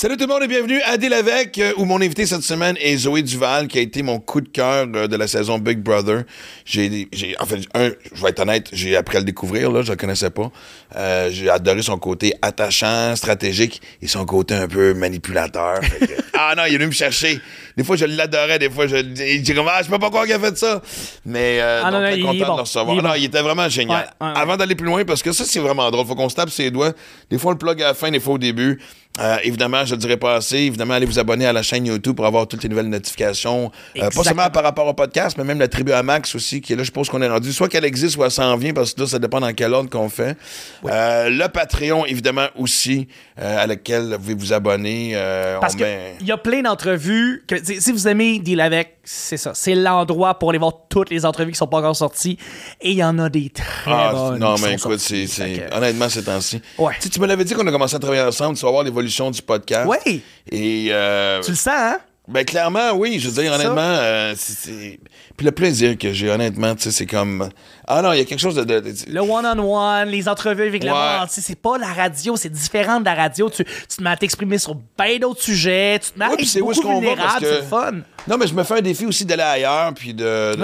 Salut tout le monde et bienvenue à Deal avec, où mon invité cette semaine est Zoé Duval, qui a été mon coup de cœur de la saison Big Brother. Je vais être honnête, j'ai appris à le découvrir, là, je le connaissais pas. J'ai adoré son côté attachant, stratégique, et son côté un peu manipulateur. Non, il est venu me chercher. Des fois, je l'adorais, des fois, je dis comme, je sais pas pourquoi il a fait ça. Mais, très content de le recevoir. Il était vraiment génial. Ouais. Avant d'aller plus loin, parce que ça, c'est vraiment drôle. Faut qu'on se tape ses doigts. Des fois, on le plug à la fin, des fois au début. Évidemment, je le dirai pas assez. Évidemment, allez vous abonner à la chaîne YouTube pour avoir toutes les nouvelles notifications. Pas seulement par rapport au podcast, mais même la tribu à Max aussi, qui est là, je pense qu'on est rendu. Soit qu'elle existe, soit elle s'en vient, parce que là, ça dépend dans quel ordre qu'on fait. Oui. Le Patreon, évidemment, aussi, à laquelle vous pouvez vous abonner. Parce qu'il y a plein d'entrevues. Si vous aimez Deal avec, c'est ça. C'est l'endroit pour aller voir toutes les entrevues qui sont pas encore sorties. Et il y en a des très bonnes. Non, mais écoute, honnêtement, ces temps-ci. Ouais. Tu me l'avais dit qu'on a commencé à travailler ensemble, tu vas voir l'évolution du podcast. Oui. Et, tu le sens, hein? Ben, clairement, oui. Je veux dire, honnêtement, puis le plaisir que j'ai, honnêtement, tu sais, c'est comme... il y a quelque chose de... Le one-on-one, les entrevues avec le monde, tu sais, c'est pas la radio, c'est différent de la radio. Tu te mets à t'exprimer sur bien d'autres sujets, tu te mets à être beaucoup vulnérable, c'est le fun. Non, mais je me fais un défi aussi d'aller ailleurs, puis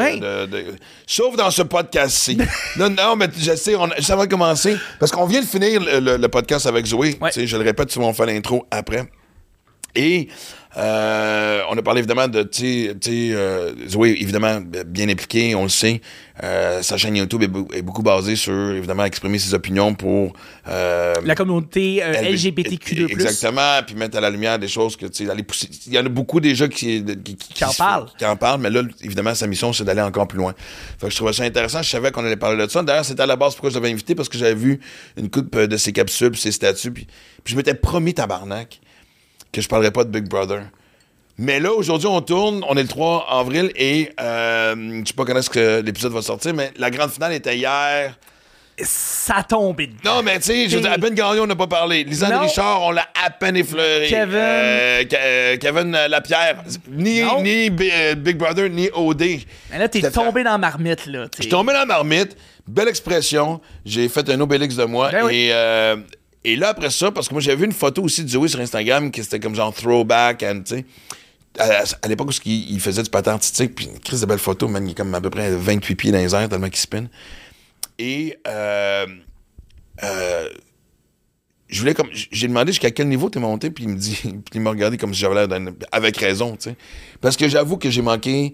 sauf dans ce podcast-ci. non, mais je sais, ça va commencer, parce qu'on vient de finir le podcast avec Zoé. Ouais. Tu sais, je le répète, on fait l'intro après. Et on a parlé évidemment de, Zoé, évidemment, bien impliquée, on le sait. Sa chaîne YouTube est beaucoup basée sur, évidemment, exprimer ses opinions pour... la communauté LGBTQ2+. Exactement, puis mettre à la lumière des choses que, tu sais, il y en a beaucoup déjà qui en parlent, mais là, évidemment, sa mission, c'est d'aller encore plus loin. Fait que je trouvais ça intéressant, je savais qu'on allait parler de ça. D'ailleurs, c'était à la base pourquoi je l'avais invité, parce que j'avais vu une coupe de ses capsules, ses statuts, puis je m'étais promis, tabarnak, que je parlerai pas de Big Brother. Mais là, aujourd'hui, on tourne, on est le 3 avril et je sais pas quand est-ce que l'épisode va sortir, mais la grande finale était hier. Ça a tombé. Non, mais tu sais, je veux dire, à Ben Gagnon, on n'a pas parlé. Lisanne Richard, on l'a à peine effleuré. Kevin Lapierre, ni Big Brother, ni OD. Mais là, t'es tombé dans la marmite, là. Je suis tombé dans la marmite, belle expression. J'ai fait un Obélix de moi et là, après ça, parce que moi, j'avais vu une photo aussi de Zoé sur Instagram qui c'était comme genre throwback, tu sais. À l'époque où il faisait du patin artistique, puis une crise de belle photo, man, il est comme à peu près 28 pieds dans les airs, tellement qu'il spin. Et je voulais comme... J'ai demandé jusqu'à quel niveau t'es monté, puis il m'a regardé comme si j'avais l'air avec raison, tu sais. Parce que j'avoue que j'ai manqué...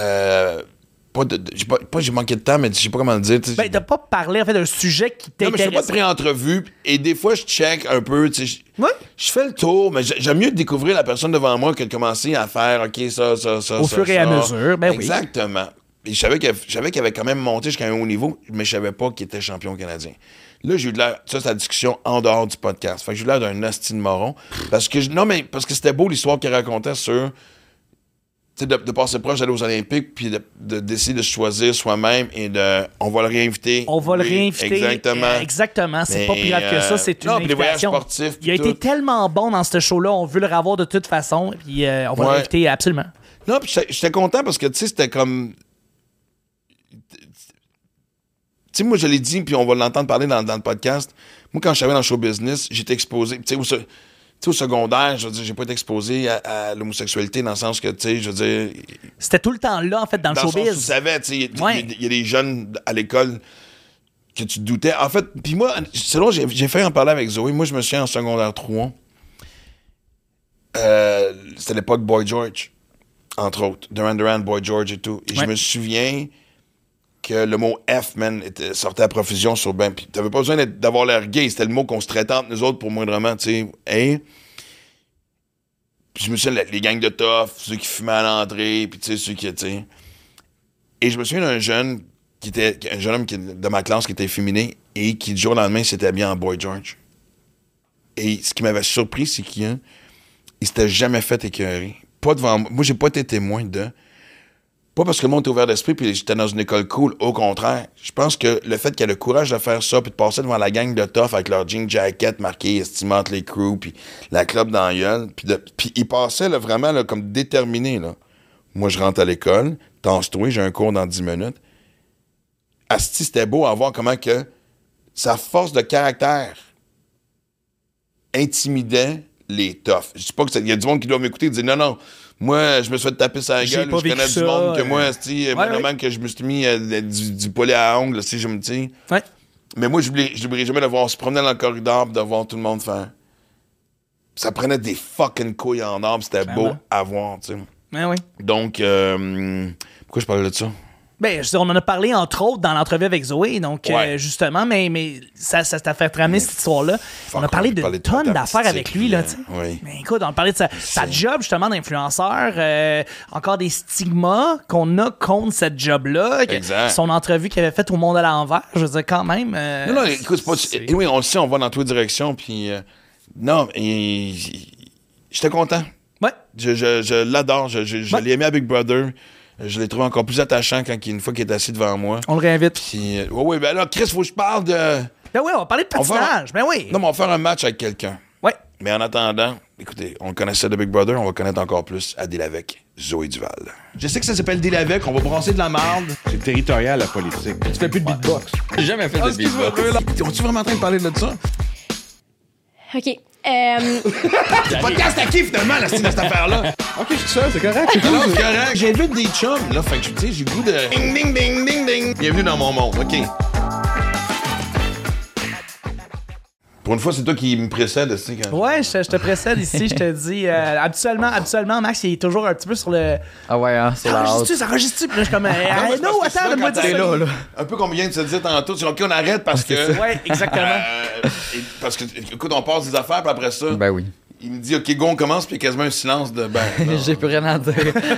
j'ai manqué de temps, mais je sais pas comment le dire. Ben, t'as pas parlé en fait d'un sujet qui t'intéresse. Non, mais je fais pas de pré-entrevue, et des fois, je check un peu, tu sais. Je fais le tour, mais j'aime mieux découvrir la personne devant moi que de commencer à faire, OK, ça. Au fur et à mesure, ben oui. Exactement. Et je savais qu'il avait quand même monté jusqu'à un haut niveau, mais je savais pas qu'il était champion canadien. Là, j'ai eu de l'air... Ça, c'est la discussion en dehors du podcast. Fait que j'ai eu l'air d'un hostie de moron. Parce que c'était beau l'histoire qu'il racontait sur... De passer proche d'aller aux Olympiques, puis de décider de se choisir soi-même et on va le réinviter. On va le réinviter. Exactement. Exactement. C'est pas plus grave que ça. C'est une invitation. Les voyages sportifs. Il a été tellement bon dans ce show-là. On veut le revoir de toute façon. Puis on va le réinviter absolument. Non, puis j'étais content parce que, tu sais, c'était comme... Tu sais, moi, je l'ai dit, puis on va l'entendre parler dans le podcast. Moi, quand je suis arrivé dans le show business, j'étais exposé... Tu sais, au secondaire, je veux dire, j'ai pas été exposé à l'homosexualité dans le sens que, tu sais, je veux dire... C'était tout le temps là, en fait, dans le showbiz. Tu savais, tu sais, il y a des jeunes à l'école que tu te doutais. En fait, puis moi, c'est là j'ai fait en parler avec Zoé. Moi, je me souviens en secondaire 3. C'était l'époque Boy George, entre autres. Duran, Boy George et tout. Et je me souviens que le mot F, man, sortait à profusion sur ben. Puis t'avais pas besoin d'avoir l'air gay. C'était le mot qu'on se traitait entre nous autres pour moindrement, tu sais. Hey. Puis je me souviens, les gangs de tough, ceux qui fumaient à l'entrée, puis tu sais, ceux qui, tu sais. Et je me souviens d'un jeune un jeune homme de ma classe qui était efféminé et qui, du jour au lendemain, s'était habillé en Boy George. Et ce qui m'avait surpris, c'est qu'il s'était jamais fait écœurer. Pas devant moi. Moi, j'ai pas été témoin de... Pas parce que le monde était ouvert d'esprit puis j'étais dans une école cool. Au contraire, je pense que le fait qu'il ait le courage de faire ça puis de passer devant la gang de tough avec leur jean jacket marqué Estimante les crew puis la club dans la gueule puis il passait là, vraiment là, comme déterminé. Là. Moi, je rentre à l'école, tasse-toi, j'ai un cours dans 10 minutes. Asti, c'était beau à voir comment que sa force de caractère intimidait les toughs. Je dis pas que il y a du monde qui doit m'écouter et dire non, moi, je me suis fait taper sur la gueule, je connais du monde que moi, même que je me suis mis du poulet à ongles, si je me dis. Ouais. Mais moi, je n'oublierai jamais de voir se promener dans le corridor et de voir tout le monde faire. Ça prenait des fucking couilles en or, c'était beau à voir, tu sais. Ouais, oui. Donc, pourquoi je parlais de ça? Ben, je veux dire, on en a parlé, entre autres, dans l'entrevue avec Zoé, donc, justement, mais ça t'a fait ramener cette histoire-là. On a parlé de tonnes d'affaires avec lui, là, tu sais. Oui. Mais écoute, on a parlé de sa job, justement, d'influenceur, encore des stigmas qu'on a contre cette job-là. Exact. Son entrevue qu'il avait faite au Monde à l'envers, je veux dire, quand même... non, écoute, oui, on le sait, on va dans toutes les directions, puis... non, j'étais content. Ouais. Je l'adore, je l'ai aimé à Big Brother. Je l'ai trouvé encore plus attachant une fois qu'il est assis devant moi. On le réinvite. Puis, oui, ben là, Chris, faut que je parle de... Ben oui, on va parler de patinage, ben oui. Non, mais on va faire un match avec quelqu'un. Ouais. Mais en attendant, écoutez, on connaissait de Big Brother, on va connaître encore plus Adèle avec Zoé Duval. Je sais que ça s'appelle Deal avec, on va brasser de la marde. C'est territorial, la politique. Tu fais plus de beatbox. J'ai jamais fait de beatbox. Es-tu vraiment en train de parler de ça? OK. Le podcast à qui, finalement, cette affaire-là? OK, je suis ça, c'est correct. C'est correct. J'invite des chums, là, fait que, tu sais, j'ai le goût de... Ding, ding, ding, ding, ding. Bienvenue dans mon monde, OK. Pour une fois, c'est toi qui me précède, tu sais. Ouais, je te précède ici, je te dis. Habituellement, Max, il est toujours un petit peu sur le. Ah ouais, hein, sur la haute. Ça enregistre-tu? Puis là, je suis comme. Non, attends, donne-moi dire ça. Là. Un peu comme on vient de se dire tantôt, tu dis, OK, on arrête parce que. Ouais, exactement. Parce que, écoute, on passe des affaires, puis après ça. Ben oui. Il me dit, OK, go, on commence, puis quasiment un silence de. J'ai plus rien à dire.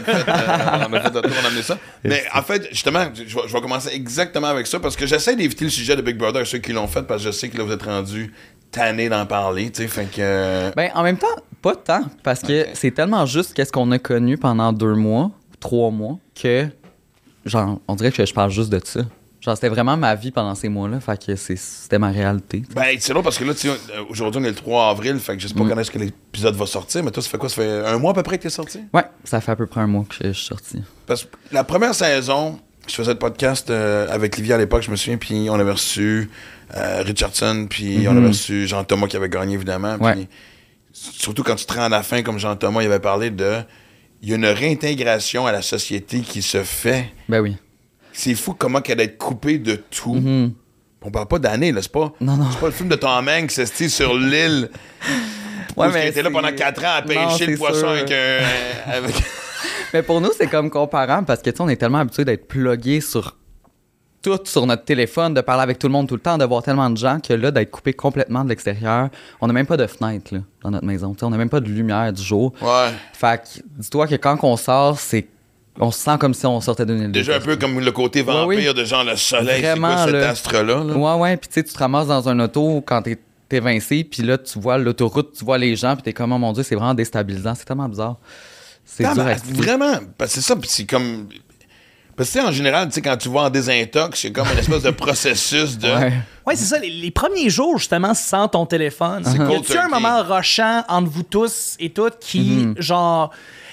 On a fait notre tour, on a amené ça. Mais en fait, justement, je vais commencer exactement avec ça, parce que j'essaie d'éviter le sujet de Big Brother, ceux qui l'ont fait, parce que je sais que là, vous êtes rendus tannés d'en parler, tu sais, fait que... Ben, en même temps, pas tant, parce que c'est tellement juste qu'est-ce qu'on a connu pendant 2 mois, 3 mois, que, genre, on dirait que je parle juste de ça. Genre, c'était vraiment ma vie pendant ces mois-là, fait que c'était ma réalité. Ben, c'est long parce que là, tu sais, aujourd'hui, on est le 3 avril, fait que je sais pas quand est-ce que l'épisode va sortir, mais toi, ça fait quoi? Ça fait 1 mois à peu près que t'es sorti? Ouais, ça fait à peu près 1 mois que je suis sorti. Parce que la première saison, je faisais le podcast avec Livia à l'époque, je me souviens, puis on avait reçu Richardson, puis on avait reçu Jean-Thomas qui avait gagné, évidemment. Puis surtout quand tu te rends à la fin, comme Jean-Thomas, il avait parlé de... Il y a une réintégration à la société qui se fait. Ben oui. C'est fou comment qu'elle est coupée de tout. On parle pas d'années, là. C'est pas le film de Tom Hanks qui se sur l'île. Ouais, mais il était là pendant 4 ans à pêcher le poisson avec... Mais pour nous, c'est comme comparable parce que, tu sais, on est tellement habitué d'être plugué sur tout sur notre téléphone, de parler avec tout le monde tout le temps, de voir tellement de gens que là, d'être coupé complètement de l'extérieur, on n'a même pas de fenêtre là, dans notre maison. T'sais, on n'a même pas de lumière du jour. Ouais. Fait que, dis-toi que quand on sort, on se sent comme si on sortait d'une île. Déjà un peu comme le côté vampire de genre le soleil, vraiment, c'est quoi cet astre-là? Là? Ouais, puis tu sais, tu te ramasses dans un auto quand t'es évincé, puis là, tu vois l'autoroute, tu vois les gens, puis t'es comme, oh mon Dieu, c'est vraiment déstabilisant, c'est tellement bizarre. C'est dur à expliquer. Vraiment, parce que c'est ça, puis c'est comme... Parce que, en général, tu sais, quand tu vas en désintox, c'est comme une espèce de processus de... Ouais, c'est ça. Les premiers jours, justement, sans ton téléphone. C'est cool. Y a-tu un moment rushant entre vous tous et toutes qui, genre...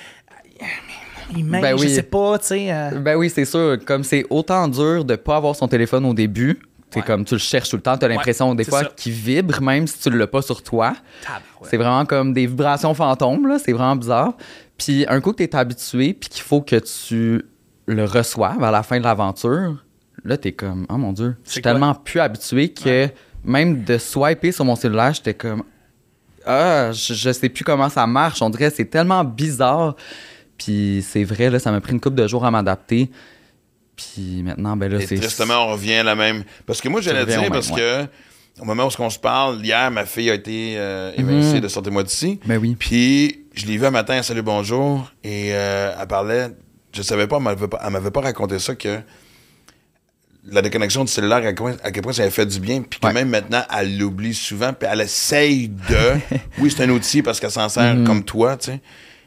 Ben je sais pas, tu sais... Ben oui, c'est sûr. Comme c'est autant dur de pas avoir son téléphone au début, c'est comme tu le cherches tout le temps, t'as l'impression des fois qu'il vibre, même si tu l'as pas sur toi. C'est vraiment comme des vibrations fantômes, là. C'est vraiment bizarre. Puis un coup que t'es habitué, puis qu'il faut que tu le reçoives à la fin de l'aventure, là, t'es comme, oh mon Dieu, je suis tellement plus habitué que même de swiper sur mon cellulaire, j'étais comme, je sais plus comment ça marche. On dirait c'est tellement bizarre. Puis c'est vrai, là, ça m'a pris une couple de jours à m'adapter. Puis maintenant, ben là, c'est... Tristement, on revient à la même... Parce que moi, j'allais dire, parce que au moment où on se parle, hier, ma fille a été évincée de Sortez-moi d'ici. Ben oui. Puis je l'ai vue un matin à Salut Bonjour, et elle parlait... Je savais pas, elle m'avait pas raconté ça, que la déconnexion du cellulaire, à quel point ça avait fait du bien, puis que même maintenant, elle l'oublie souvent, puis elle essaye de... Oui, c'est un outil parce qu'elle s'en sert comme toi, tu sais.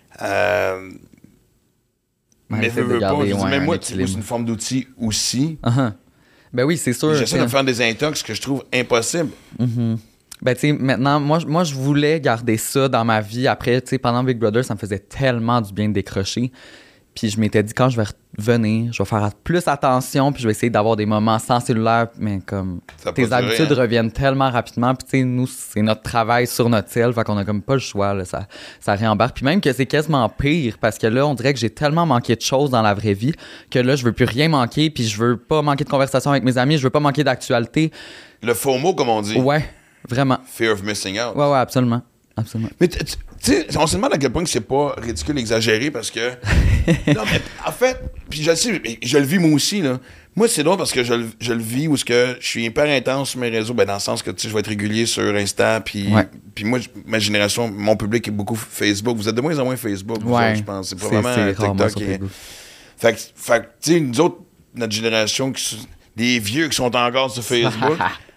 Mais je veux pas. Je dis, même moi, c'est une forme d'outil aussi. Ben oui, c'est sûr. J'essaie de me faire des intox que je trouve impossible. Ben, tu sais, maintenant, moi, je voulais garder ça dans ma vie. Après, tu sais, pendant Big Brother, ça me faisait tellement du bien de décrocher. Puis je m'étais dit, quand je vais revenir, je vais faire plus attention, puis je vais essayer d'avoir des moments sans cellulaire, mais comme tes habitudes reviennent tellement rapidement. Puis tu sais, nous, c'est notre travail sur notre cell, fait qu'on a comme pas le choix, là, ça réembarque. Puis même que c'est quasiment pire, parce que là, on dirait que j'ai tellement manqué de choses dans la vraie vie que là, je veux plus rien manquer, puis je veux pas manquer de conversation avec mes amis, je veux pas manquer d'actualité. Le FOMO, comme on dit. Ouais, vraiment. Fear of missing out. Ouais, absolument. Absolument. Mais tu sais, on se demande à quel point que c'est pas ridicule, exagéré, parce que... non, mais en fait, puis je le sais, je le vis moi aussi, là. Moi, c'est drôle parce que je le vis où je suis hyper intense sur mes réseaux, ben dans le sens que, tu sais, je vais être régulier sur Insta, puis moi, ma génération, mon public est beaucoup Facebook. Vous êtes de moins en moins Facebook, vous autres, je pense. C'est pas vraiment TikTok. Fait que, tu sais, nous autres, notre génération, des vieux qui sont encore sur Facebook...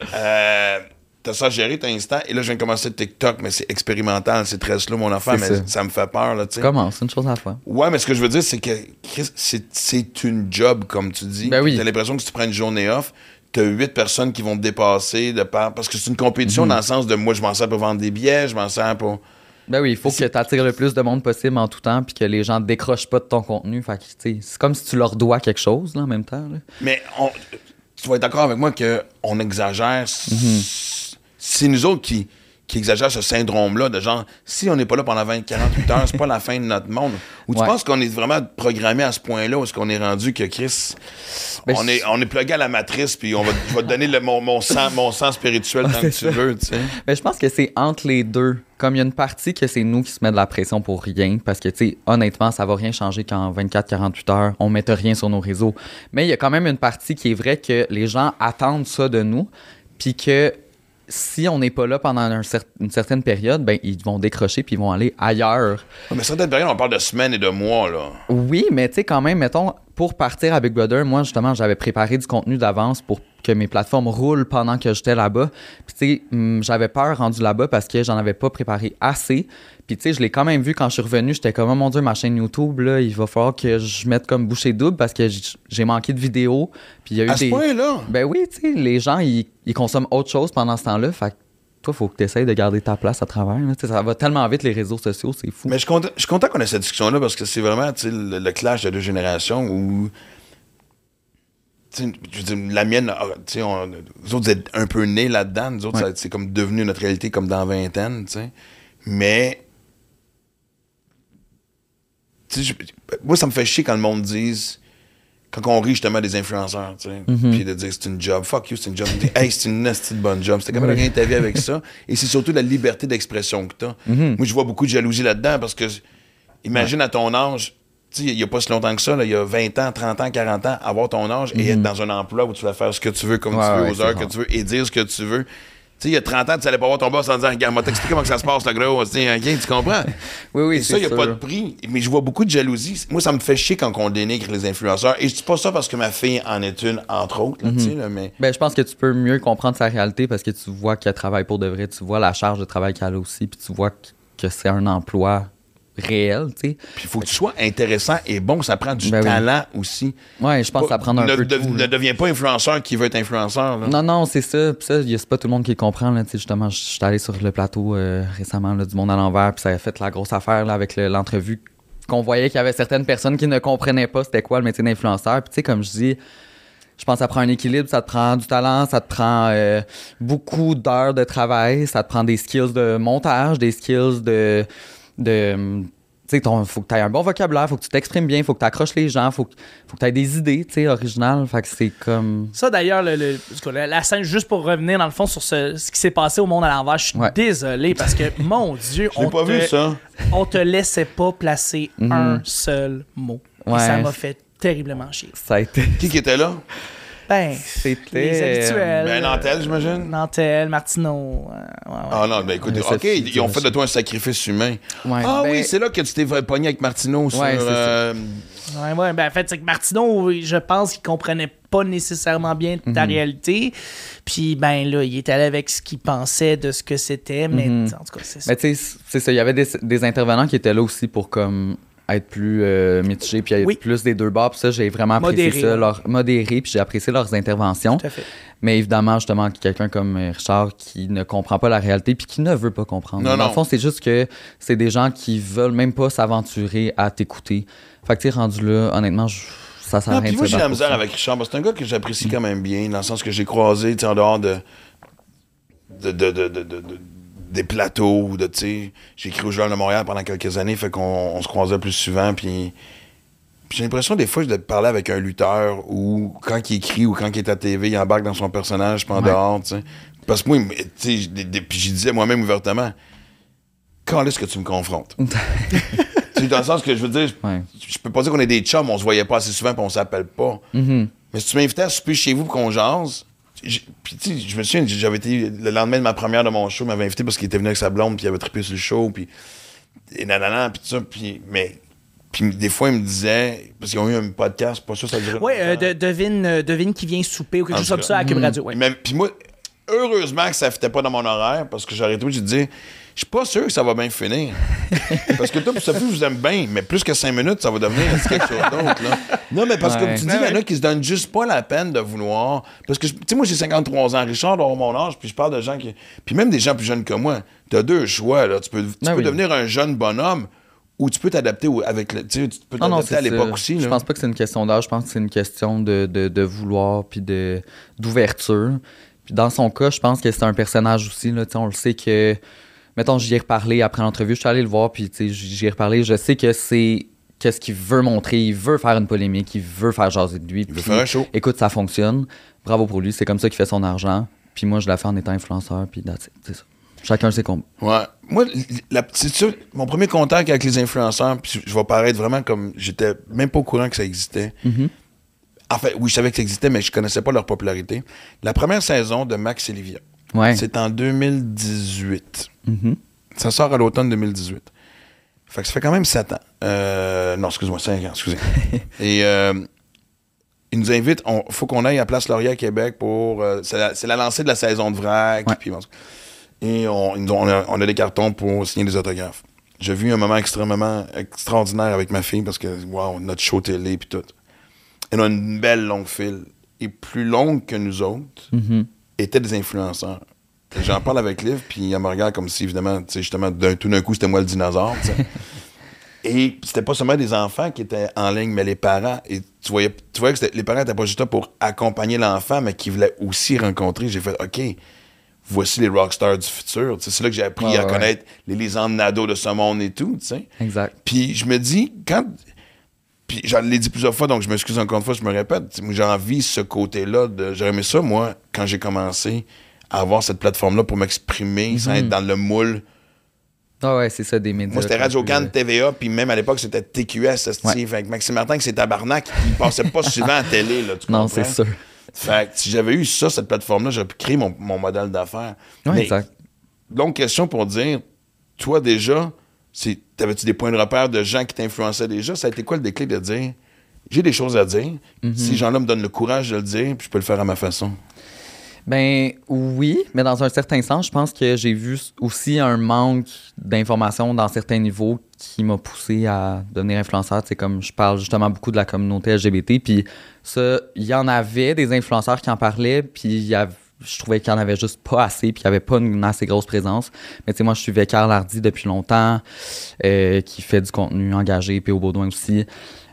t'as ça géré, t'as Insta, et là, je viens de commencer TikTok, mais c'est expérimental, c'est très slow, mon affaire, mais ça me fait peur, là, tu sais. Comment? C'est une chose à la fois. Ouais, mais ce que je veux dire, c'est que c'est une job, comme tu dis. Ben oui. T'as l'impression que si tu prends une journée off, t'as 8 personnes qui vont te dépasser parce que c'est une compétition dans le sens de moi, je m'en sers pour vendre des billets, je m'en sers pour... Ben oui, il faut que tu attires le plus de monde possible en tout temps, puis que les gens ne décrochent pas de ton contenu. Fait que, tu sais, c'est comme si tu leur dois quelque chose, là, en même temps. Là. Mais tu vas être d'accord avec moi qu'on exagère... C'est nous autres qui exagèrent ce syndrome-là, de genre, si on n'est pas là pendant 48 heures, c'est pas la fin de notre monde. Ou tu penses qu'on est vraiment programmé à ce point-là, où est-ce qu'on est rendu que Chris, on est plugué à la matrice, puis je vais te donner mon sang spirituel tant que tu veux, tu sais. Mais je pense que c'est entre les deux. Comme il y a une partie que c'est nous qui se met de la pression pour rien, parce que, tu sais, honnêtement, ça va rien changer qu'en 24-48 heures, on mette rien sur nos réseaux. Mais il y a quand même une partie qui est vraie que les gens attendent ça de nous, puis que si on n'est pas là pendant une certaine période, ben ils vont décrocher puis ils vont aller ailleurs. Mais certaines périodes, on parle de semaines et de mois, là. Oui, mais tu sais, quand même, mettons, pour partir à Big Brother, moi, justement, j'avais préparé du contenu d'avance pour que mes plateformes roulent pendant que j'étais là-bas. Puis, tu sais, j'avais peur rendu là-bas parce que j'en avais pas préparé assez. Puis, tu sais, je l'ai quand même vu quand je suis revenu. J'étais comme, oh mon Dieu, ma chaîne YouTube, là, il va falloir que je mette comme bouchée double parce que j'ai manqué de vidéos. Puis, il y a eu ce point-là? Ben oui, tu sais, les gens, ils consomment autre chose pendant ce temps-là. Fait que toi, il faut que tu essayes de garder ta place à travers. Là. Ça va tellement vite, les réseaux sociaux, c'est fou. Mais je suis content qu'on ait cette discussion-là parce que c'est vraiment le clash de deux générations où... je veux dire, la mienne, nous autres, vous êtes un peu nés là-dedans. Nous autres, c'est comme devenu notre réalité comme dans vingtaine, tu sais. Mais... moi, ça me fait chier quand le monde dise... Quand on rit justement des influenceurs, tu sais, puis de dire c'est une job, fuck you, c'est une job. Hey, c'est une nasty de bonne job. C'était quand même rien ta vie avec ça. Et c'est surtout la liberté d'expression que t'as. Moi, je vois beaucoup de jalousie là-dedans parce que, imagine à ton âge, tu sais, il n'y a pas si longtemps que ça, il y a 20 ans, 30 ans, 40 ans, avoir ton âge et être dans un emploi où tu vas faire ce que tu veux, comme tu veux, aux heures que tu veux et dire ce que tu veux. Tu sais, il y a 30 ans, tu n'allais pas voir ton boss en disant, regarde, moi, t'expliquer comment ça se passe, le gros. Tu comprends? Oui, et ça, il n'y a pas de prix. Mais je vois beaucoup de jalousie. Moi, ça me fait chier quand on dénigre les influenceurs. Et je dis pas ça parce que ma fille en est une, entre autres. Là, tu sais, là, mais... Ben, je pense que tu peux mieux comprendre sa réalité parce que tu vois qu'elle travaille pour de vrai. Tu vois la charge de travail qu'elle a aussi. Puis tu vois que c'est un emploi réel, tu sais. Puis il faut que tu sois intéressant et bon, ça prend du talent aussi. Ouais, je pense que ça prend un peu de tout. Ne deviens pas influenceur qui veut être influenceur. Là. Non, c'est ça. Puis ça, c'est pas tout le monde qui le comprend, là. Tu sais, justement, je suis allé sur le plateau récemment là, du Monde à l'envers, puis ça a fait la grosse affaire là, avec l'entrevue qu'on voyait qu'il y avait certaines personnes qui ne comprenaient pas c'était quoi le métier d'influenceur. Puis tu sais, comme je dis, je pense que ça prend un équilibre, ça te prend du talent, ça te prend beaucoup d'heures de travail, ça te prend des skills de montage, des skills de tu sais, faut que tu aies un bon vocabulaire, faut que tu t'exprimes bien, faut que tu accroches les gens, faut que tu aies des idées, tu sais, originales. Fait que c'est comme... Ça, d'ailleurs, la scène, juste pour revenir, dans le fond, sur ce qui s'est passé au Monde à l'envers, je suis désolé parce que, mon Dieu, on te laissait pas placer un seul mot. Et ça m'a fait terriblement chier. Ça a été... Qui était là? Ben, c'était... les habituels. Ben, Nantel, j'imagine. Nantel, Martineau. Ah non, ben écoute, OK, ils ont fait de toi un sacrifice humain. Ouais, oui, c'est là que tu t'es pogné avec Martineau sur... ben en fait, c'est que Martineau, je pense qu'il comprenait pas nécessairement bien ta réalité. Puis, ben là, il est allé avec ce qu'il pensait de ce que c'était, mais en tout cas, c'est ça. Mais tu sais, c'est ça, il y avait des intervenants qui étaient là aussi pour comme... être plus mitigé, puis être plus des deux bords. Puis ça, j'ai vraiment apprécié ça, modéré, puis j'ai apprécié leurs interventions. Tout à fait. Mais évidemment, justement, quelqu'un comme Richard qui ne comprend pas la réalité puis qui ne veut pas comprendre. Dans le fond, c'est juste que c'est des gens qui veulent même pas s'aventurer à t'écouter. Fait que tu es rendu là, honnêtement, ça sert à rien de se battre. Moi, j'ai la misère avec Richard, parce que c'est un gars que j'apprécie quand même bien, dans le sens que j'ai croisé, en dehors des plateaux, j'ai écrit au Journal de Montréal pendant quelques années, fait qu'on se croisait plus souvent, puis j'ai l'impression des fois de parler avec un lutteur ou quand il écrit ou quand il est à TV, il embarque dans son personnage, puis en dehors, tu sais. Parce que moi, puis je disais moi-même ouvertement, quand est-ce que tu me confrontes? Dans le sens que je veux dire, je peux pas dire qu'on est des chums, on se voyait pas assez souvent, puis on s'appelle pas. Mm-hmm. Mais si tu m'invitais à souper chez vous pour qu'on jase, puis tu sais, je me souviens, j'avais été le lendemain de ma première de mon show, il m'avait invité parce qu'il était venu avec sa blonde, puis il avait trippé sur le show, puis et nanana, puis tout ça, puis des fois, il me disait, parce qu'ils ont eu un podcast, pas sûr ça durait. Oui, devine qui vient souper ou quelque chose comme ça à Cube Radio. Ouais. Puis moi, heureusement que ça ne fitait pas dans mon horaire, parce que j'aurais tout de dire, je suis pas sûr que ça va bien finir. Parce que toi, Sophie, je vous aime bien, mais plus que 5 minutes, ça va devenir quelque chose d'autre. Là. Non, mais parce que comme tu dis, il y en a qui se donnent juste pas la peine de vouloir. Parce que, tu sais, moi, j'ai 53 ans. Richard doit avoir mon âge, puis je parle de gens qui. Puis même des gens plus jeunes que moi. Tu as 2 choix, là. Tu peux devenir un jeune bonhomme. Ou tu peux t'adapter avec le. Tu peux t'adapter à l'époque aussi. Je pense pas que c'est une question d'âge, je pense que c'est une question de vouloir puis d'ouverture. Puis dans son cas, je pense que c'est un personnage aussi. Là, on le sait que. Mettons, j'y ai reparlé après l'entrevue, je suis allé le voir, puis j'y ai reparlé. Je sais que c'est qu'est-ce qu'il veut montrer. Il veut faire une polémique, il veut faire jaser de lui. Il veut faire un show. Écoute, ça fonctionne. Bravo pour lui, c'est comme ça qu'il fait son argent. Puis moi, je l'ai fait en étant influenceur, puis c'est ça. Chacun ses combats. Ouais. Moi, c'est ça, mon premier contact avec les influenceurs, puis je vais paraître vraiment comme. J'étais même pas au courant que ça existait. Mm-hmm. En fait, oui, je savais que ça existait, mais je connaissais pas leur popularité. La première saison de Max et Livia, c'est en 2018. Mm-hmm. Ça sort à l'automne 2018. Fait que ça fait quand même 7 ans. Non, excuse-moi, 5 ans, excusez. Et ils nous invitent, faut qu'on aille à Place Laurier à Québec pour... c'est la lancée de la saison de vrac. Ouais. Puis, et on a des cartons pour signer des autographes. J'ai vu un moment extrêmement extraordinaire avec ma fille parce que, wow, notre show télé puis tout. Et on a une belle longue file. Et plus longue que nous autres, étaient des influenceurs. Et j'en parle avec Liv, puis elle me regarde comme si, évidemment, tu sais, justement, tout d'un coup, c'était moi le dinosaure, tu sais. Et c'était pas seulement des enfants qui étaient en ligne, mais les parents. Et tu voyais que les parents n'étaient pas juste là pour accompagner l'enfant, mais qui voulaient aussi rencontrer. J'ai fait, OK, voici les rockstars du futur. Tu sais, c'est là que j'ai appris à connaître les Lisandre Nadeau de ce monde et tout, tu sais. Exact. Puis je me dis, puis j'en l'ai dit plusieurs fois, donc je m'excuse encore une fois, je me répète. J'ai envie ce côté-là. J'aurais aimé ça, moi, quand j'ai commencé à avoir cette plateforme-là pour m'exprimer sans être dans le moule. Ah ouais, c'est ça, des médias. Moi, c'était Radio-Can, TVA, puis même à l'époque, c'était TQS, Fait que Maxime Martin, c'est tabarnak, il passait pas souvent à télé, là, tu comprends? Non, c'est sûr. Fait que si j'avais eu ça, cette plateforme-là, j'aurais pu créer mon modèle d'affaires. Ouais, mais, exact. longue question pour dire, toi, déjà, t'avais-tu des points de repère de gens qui t'influençaient déjà? Ça a été quoi le déclic de dire, j'ai des choses à dire, ces gens-là me donnent le courage de le dire, puis je peux le faire à ma façon? Ben oui, mais dans un certain sens, je pense que j'ai vu aussi un manque d'informations dans certains niveaux qui m'a poussé à devenir influenceur. C'est comme je parle justement beaucoup de la communauté LGBT, puis ça, il y en avait des influenceurs qui en parlaient, puis je trouvais qu'il n'y en avait juste pas assez, puis il n'y avait pas une assez grosse présence. Mais tu sais, moi, je suivais Carl Hardy depuis longtemps, qui fait du contenu engagé, P.O. Baudouin aussi.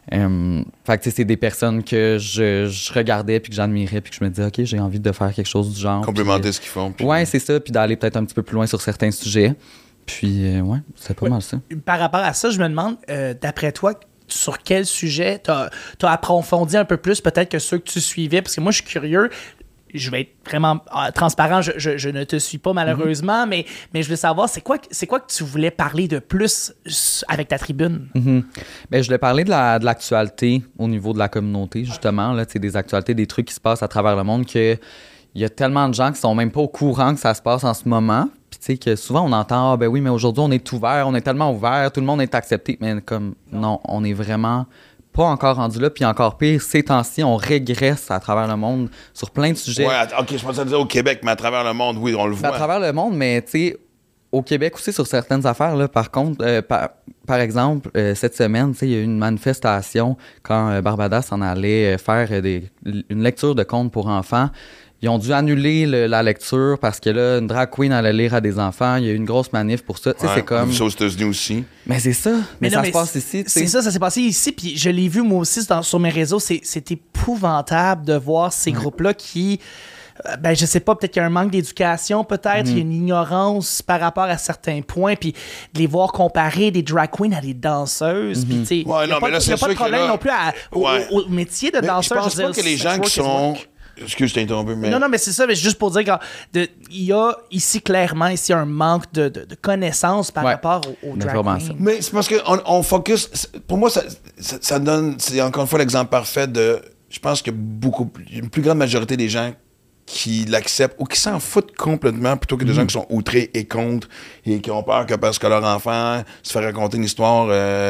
Fait que c'est des personnes que je regardais puis que j'admirais puis que je me disais OK, j'ai envie de faire quelque chose du genre. Complémenter ce qu'ils font. Ouais, c'est ça, puis d'aller peut-être un petit peu plus loin sur certains sujets. Puis ouais, c'est pas mal ça. Par rapport à ça, je me demande, d'après toi, sur quel sujet t'as approfondi un peu plus peut-être que ceux que tu suivais, parce que moi je suis curieux. Je vais être vraiment transparent, je ne te suis pas malheureusement, mais je veux savoir, c'est quoi que tu voulais parler de plus avec ta tribune? Ben, je voulais parler de l'actualité au niveau de la communauté, justement, là, des actualités, des trucs qui se passent à travers le monde, qu'il y a tellement de gens qui sont même pas au courant que ça se passe en ce moment. Puis tu sais que souvent on entend, ah ben oui, mais aujourd'hui on est ouvert, on est tellement ouvert, tout le monde est accepté, mais comme non, on est vraiment pas encore rendu là, puis encore pire, ces temps-ci, on régresse à travers le monde sur plein de sujets. Ouais, OK, je pensais dire au Québec, mais à travers le monde, oui, on le voit. À travers le monde, mais tu sais, au Québec aussi, sur certaines affaires, là, par contre, par exemple, cette semaine, il y a eu une manifestation quand Barbada s'en allait faire une lecture de contes pour enfants. Ils ont dû annuler la lecture parce que là, une drag queen allait lire à des enfants. Il y a eu une grosse manif pour ça. C'est comme... On a vu ça aux États-Unis aussi. Mais c'est ça. Mais ça se passe ici. C'est ça s'est passé ici. Puis je l'ai vu moi aussi sur mes réseaux. C'est épouvantable de voir ces groupes-là qui... Ben, je sais pas, peut-être qu'il y a un manque d'éducation, peut-être, il y a une ignorance par rapport à certains points, puis de les voir comparer des drag queens à des danseuses, puis tu sais, il n'y a pas de problème non plus au métier de danseuse. Je pense pas que les gens qui sont... Excuse, je t'ai interrompu, mais... Non, mais c'est ça, mais juste pour dire qu'il y a ici, clairement, un manque de connaissances par rapport aux drag queens. Mais c'est parce qu'on focus... Pour moi, ça donne... C'est encore une fois l'exemple parfait de... Je pense que une plus grande majorité des gens qui l'acceptent ou qui s'en foutent complètement plutôt que des gens qui sont outrés et contre et qui ont peur que parce que leur enfant se fait raconter une histoire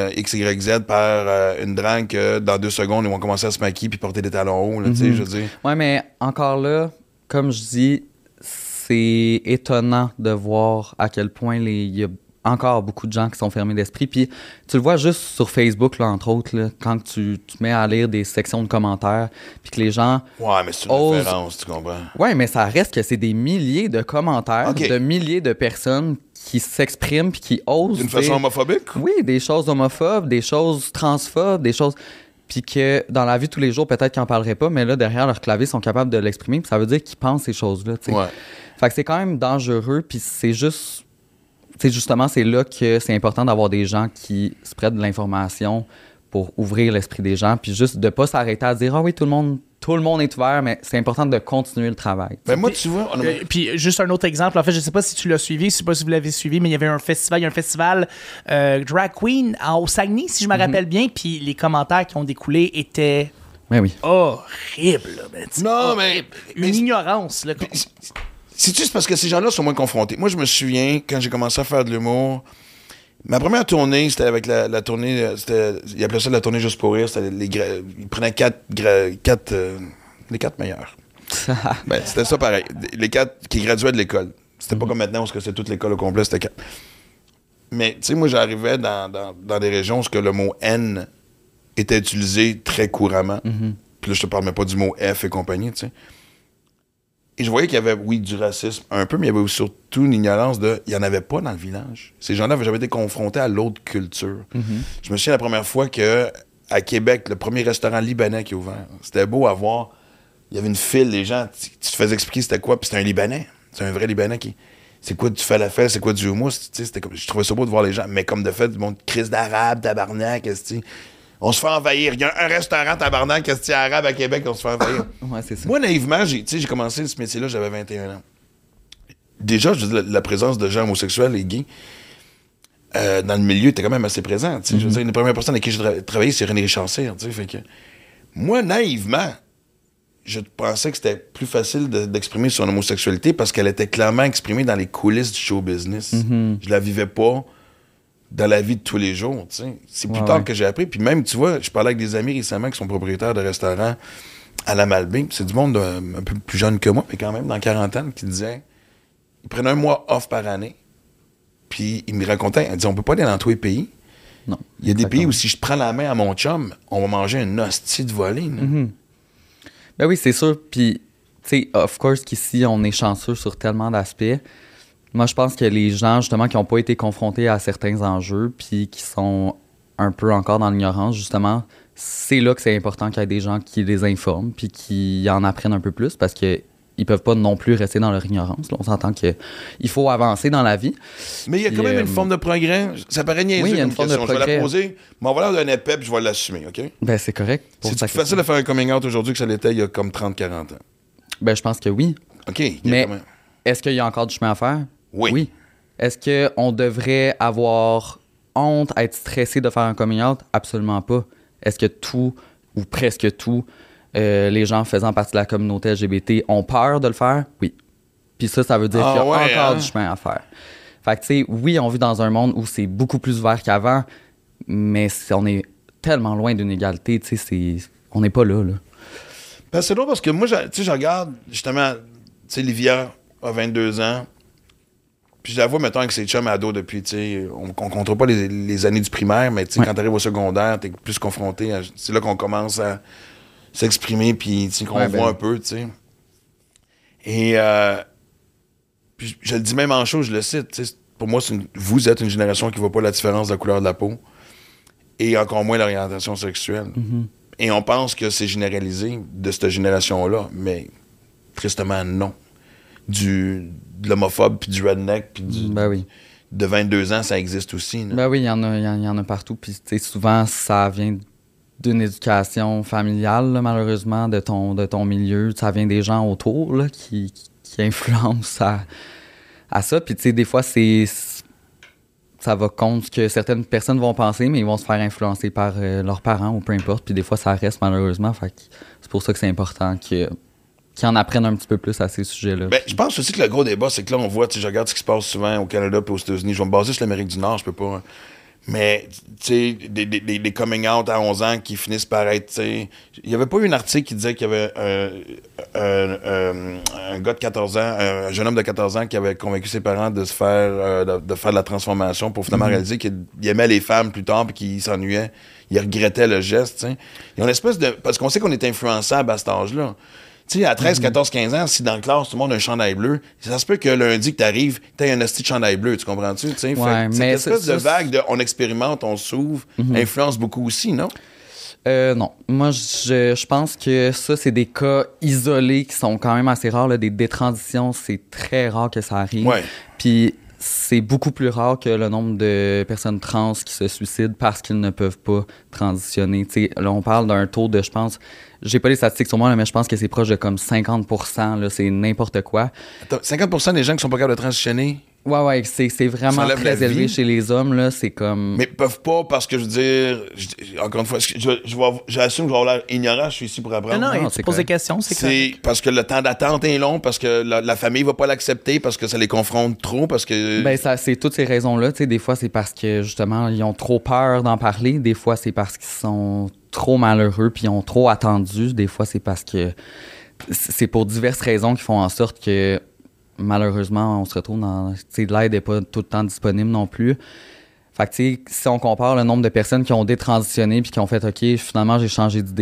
XYZ par une drague que dans 2 secondes, ils vont commencer à se maquiller puis porter des talons hauts, tu sais, je veux dire. Ouais, mais encore là, comme je dis, c'est étonnant de voir à quel point il y a encore beaucoup de gens qui sont fermés d'esprit. Puis tu le vois juste sur Facebook, là, entre autres, là, quand tu te mets à lire des sections de commentaires, puis que les gens... Ouais, mais c'est une référence, tu comprends? Ouais, mais ça reste que c'est des milliers de commentaires, de milliers de personnes qui s'expriment puis qui osent... D'une façon homophobique? Oui, des choses homophobes, des choses transphobes, des choses... Puis que dans la vie de tous les jours, peut-être qu'ils n'en parleraient pas, mais là, derrière leur clavier, ils sont capables de l'exprimer, puis ça veut dire qu'ils pensent ces choses-là, tu sais. Ouais. Fait que c'est quand même dangereux, puis c'est juste... T'sais, justement, c'est là que c'est important d'avoir des gens qui se prêtent de l'information pour ouvrir l'esprit des gens, puis juste de ne pas s'arrêter à dire « Ah oui, tout le monde est ouvert », mais c'est important de continuer le travail. Ben moi, tu vois... Puis juste un autre exemple, en fait, je ne sais pas si tu l'as suivi, je ne sais pas si vous l'avez suivi, mais il y avait un festival Drag Queen au Saguenay, si je me rappelle bien, puis les commentaires qui ont découlé étaient... Ben oui. Horrible. Non, mais... Une ignorance, là. C'est-tu parce que ces gens-là sont moins confrontés? Moi, je me souviens, quand j'ai commencé à faire de l'humour, ma première tournée, c'était avec la tournée... Ils appelaient ça la tournée Juste pour rire. Ils prenaient les 4 meilleurs. Ben, c'était ça pareil. Les 4 qui graduaient de l'école. C'était pas comme maintenant, parce que c'est toute l'école au complet, c'était 4. Mais, tu sais, moi, j'arrivais dans des régions où le mot « N » était utilisé très couramment. Puis là, je te parle même pas du mot « F » et compagnie, tu sais. Et je voyais qu'il y avait, oui, du racisme un peu, mais il y avait surtout une ignorance il n'y en avait pas dans le village. Ces gens-là n'avaient jamais été confrontés à l'autre culture. Je me souviens la première fois qu'à Québec, le premier restaurant libanais qui a ouvert, c'était beau à voir. Il y avait une file, les gens, tu te faisais expliquer c'était quoi, puis c'était un Libanais. C'est un vrai Libanais qui... C'est quoi du falafel, c'est quoi du houmous, je trouvais ça beau de voir les gens, mais comme de fait, du monde crise d'arabe, tabarnak, on se fait envahir. Il y a un restaurant tabarnak arabe à Québec, on se fait envahir. Ouais, c'est ça. Moi, naïvement, j'ai commencé ce métier-là, j'avais 21 ans. Déjà, je veux dire, la présence de gens homosexuels et gays dans le milieu était quand même assez présente. Je veux dire, une des premières personnes avec qui j'ai travaillé, c'est René Chancir. Fait que moi, naïvement, je pensais que c'était plus facile d'exprimer son homosexualité parce qu'elle était clairement exprimée dans les coulisses du show business. Je la vivais pas dans la vie de tous les jours, tu sais. C'est plus tard que j'ai appris. Puis même, tu vois, je parlais avec des amis récemment qui sont propriétaires de restaurants à la Malbaie. C'est du monde un peu plus jeune que moi, mais quand même dans 40 ans, qui disaient... Ils prennent un mois off par année. Puis ils me racontaient, ils disaient, on peut pas aller dans tous les pays. Non. Il y a des pays où si je prends la main à mon chum, on va manger une hostie de volée. Ben oui, c'est sûr. Puis, tu sais, of course qu'ici, on est chanceux sur tellement d'aspects. Moi, je pense que les gens, justement, qui n'ont pas été confrontés à certains enjeux, puis qui sont un peu encore dans l'ignorance, justement, c'est là que c'est important qu'il y ait des gens qui les informent, puis qui en apprennent un peu plus, parce qu'ils ne peuvent pas non plus rester dans leur ignorance. Là, on s'entend qu'il faut avancer dans la vie. Mais il y a quand même une forme de progrès. Ça paraît niaiseux oui, il y a une comme forme question. De progrès. Je vais la poser, m'en va l'air d'un épais, puis je vais l'assumer, OK? Ben, c'est correct. C'est plus facile de faire un coming out aujourd'hui que ça l'était il y a comme 30-40 ans. Ben, je pense que oui. OK. Mais est-ce qu'il y a encore du chemin à faire? Oui. Est-ce qu'on devrait avoir honte, être stressé de faire un coming out? Absolument pas. Est-ce que tout, ou presque tout, les gens faisant partie de la communauté LGBT ont peur de le faire? Oui. Puis ça veut dire qu'il y a encore du chemin à faire. Fait que, tu sais, oui, on vit dans un monde où c'est beaucoup plus ouvert qu'avant, mais on est tellement loin d'une égalité, tu sais, on n'est pas là. Ben, c'est drôle parce que moi, je regarde, justement, tu sais, Livia a 22 ans. Puis je la vois, mettons, avec ses chums ados depuis, tu sais, on ne comptera pas les années du primaire, mais tu sais, quand t'arrives au secondaire, t'es plus confronté à... C'est là qu'on commence à s'exprimer, puis tu sais, qu'on voit un peu, tu sais. Et puis je le dis même en show, je le cite, tu sais, pour moi, vous êtes une génération qui ne voit pas la différence de la couleur de la peau, et encore moins l'orientation sexuelle. Mm-hmm. Et on pense que c'est généralisé de cette génération-là, mais tristement, non. De l'homophobe, puis du redneck, puis de 22 ans, ça existe aussi. Là. Ben oui, il y en a partout. Puis souvent, ça vient d'une éducation familiale, là, malheureusement, de ton milieu. Ça vient des gens autour là, qui influencent à ça. Puis des fois, ça va contre ce que certaines personnes vont penser, mais ils vont se faire influencer par leurs parents ou peu importe. Puis des fois, ça reste malheureusement. Fait que c'est pour ça que c'est important qu'ils en apprennent un petit peu plus à ces sujets-là. Ben, je pense aussi que le gros débat, c'est que là, on voit, je regarde ce qui se passe souvent au Canada et aux États-Unis. Je vais me baser sur l'Amérique du Nord, je peux pas. Hein. Mais, tu sais, des coming out à 11 ans qui finissent par être, tu sais... Il y avait pas eu un article qui disait qu'il y avait un gars de 14 ans, un jeune homme de 14 ans qui avait convaincu ses parents de se faire, de faire de la transformation pour finalement réaliser qu'il aimait les femmes plus tard puis qu'il s'ennuyait. Il regrettait le geste, tu sais. Il y a une espèce de... Parce qu'on sait qu'on est influençable à cet âge-là. Tu sais, à 13, 14, 15 ans, si dans la classe, tout le monde a un chandail bleu, ça se peut que lundi que t'arrives, t'aies un esti de chandail bleu, tu comprends-tu? Ouais, mais cette espèce de vague de on expérimente, on s'ouvre, influence beaucoup aussi, non? Non. Moi, je pense que ça, c'est des cas isolés qui sont quand même assez rares. Là. Des détransitions, c'est très rare que ça arrive. Ouais. Puis c'est beaucoup plus rare que le nombre de personnes trans qui se suicident parce qu'ils ne peuvent pas transitionner. T'sais, là, on parle d'un taux de, je pense... J'ai pas les statistiques sur moi, là, mais je pense que c'est proche de comme 50%. Là, c'est n'importe quoi. Attends, 50% des gens qui sont pas capables de transitionner? Ouais, c'est vraiment très élevé chez les hommes, là, c'est comme... Mais peuvent pas, parce que je veux dire, encore une fois, j'assume que je vais avoir l'air ignorant, je suis ici pour apprendre. Non, tu poses des questions, c'est correct. Parce que le temps d'attente est long, parce que la famille va pas l'accepter, parce que ça les confronte trop, parce que... Ben, c'est toutes ces raisons-là, tu sais, des fois c'est parce que, justement, ils ont trop peur d'en parler, des fois c'est parce qu'ils sont trop malheureux, puis ils ont trop attendu, des fois c'est parce que... C'est pour diverses raisons qui font en sorte que... Malheureusement, on se retrouve dans... l'aide n'est pas tout le temps disponible non plus. Fait que, si on compare le nombre de personnes qui ont détransitionné puis qui ont fait « OK, finalement, j'ai changé d'idée »,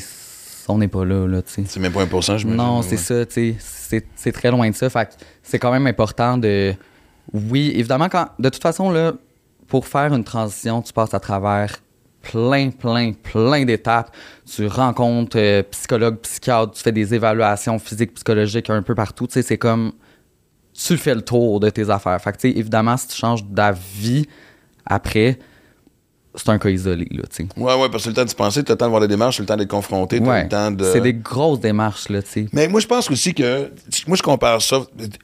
on n'est pas là, tu sais. C'est même pas 1%, je me dis. Non, c'est ça, tu sais. C'est très loin de ça. Fait que c'est quand même important de... Oui, évidemment, de toute façon, là, pour faire une transition, tu passes à travers plein d'étapes. Tu rencontres psychologue, psychiatre, tu fais des évaluations physiques, psychologiques un peu partout. Tu sais, c'est comme... Tu fais le tour de tes affaires. Fait que, tu sais, évidemment, si tu changes d'avis après, c'est un cas isolé, là, tu sais. Ouais, parce que c'est le temps de se penser, t'as le temps de voir les démarches, c'est le temps d'être confronté, t'as le temps de... C'est des grosses démarches, là, tu sais. Mais moi, je pense aussi que... Moi, je compare ça...